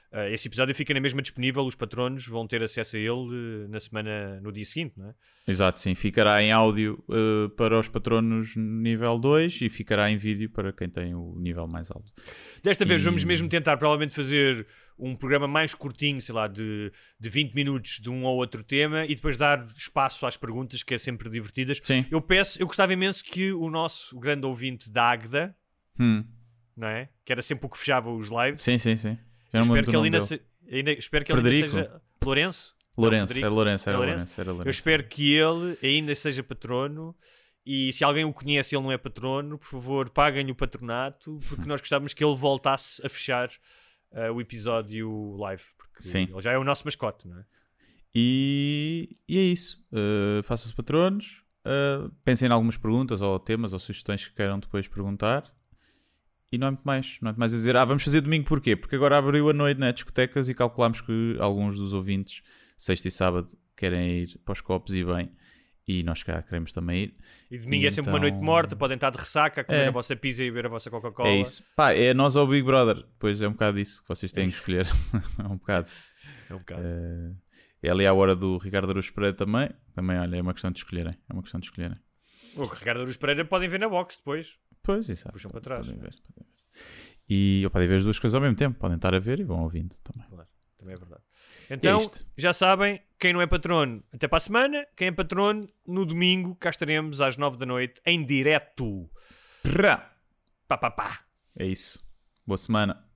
Uh, esse episódio fica na mesma disponível, os patronos vão ter acesso a ele uh, na semana, no dia seguinte, não é? Exato, sim. Ficará em áudio uh, para os patronos nível dois e ficará em vídeo para quem tem o nível mais alto. Desta vez e... vamos mesmo tentar provavelmente fazer um programa mais curtinho, sei lá, de, de vinte minutos de um ou outro tema e depois dar espaço às perguntas, que é sempre divertidas. Sim. Eu peço, eu gostava imenso que o nosso grande ouvinte da Águeda, hum. não é? Que era sempre o que fechava os lives. Sim, sim, sim. Eu espero que, ele ainda se, ainda, espero que ele ainda seja... Lourenço? Lourenço, não, era Lourenço, era é Lourenço, Lourenço. era Lourenço. Eu espero que ele ainda seja patrono e se alguém o conhece e ele não é patrono, por favor, paguem-lhe o patronato, porque nós gostávamos que ele voltasse a fechar uh, o episódio live, porque Sim. ele já é o nosso mascote, não é? E, e é isso. Uh, façam os patronos, uh, pensem em algumas perguntas ou temas ou sugestões que queiram depois perguntar. E não é muito mais, não é muito mais a dizer, ah, vamos fazer domingo porquê? Porque agora abriu a noite nas discotecas e calculámos que alguns dos ouvintes, sexta e sábado, querem ir para os copos e bem, e nós cá queremos também ir. E domingo e é sempre então... uma noite morta, podem estar de ressaca, a comer é. a vossa pizza e beber a vossa Coca-Cola. É isso. Pá, é nós ou o Big Brother, pois é um bocado isso que vocês têm que escolher. é um bocado. É um bocado. Uh, é ali a hora do Ricardo Araújo Pereira também, também, olha, é uma questão de escolherem, é uma questão de escolherem. O Ricardo Araújo Pereira podem ver na box depois. Pois, exato. Puxam para trás. Podem ver, podem ver. E ou podem ver as duas coisas ao mesmo tempo, podem estar a ver e vão ouvindo também. Claro, também é verdade. Então, é já sabem, quem não é patrono, até para a semana. Quem é patrono, no domingo, cá estaremos às nove da noite, em direto. Prá. Pá, pá, pá. É isso. Boa semana.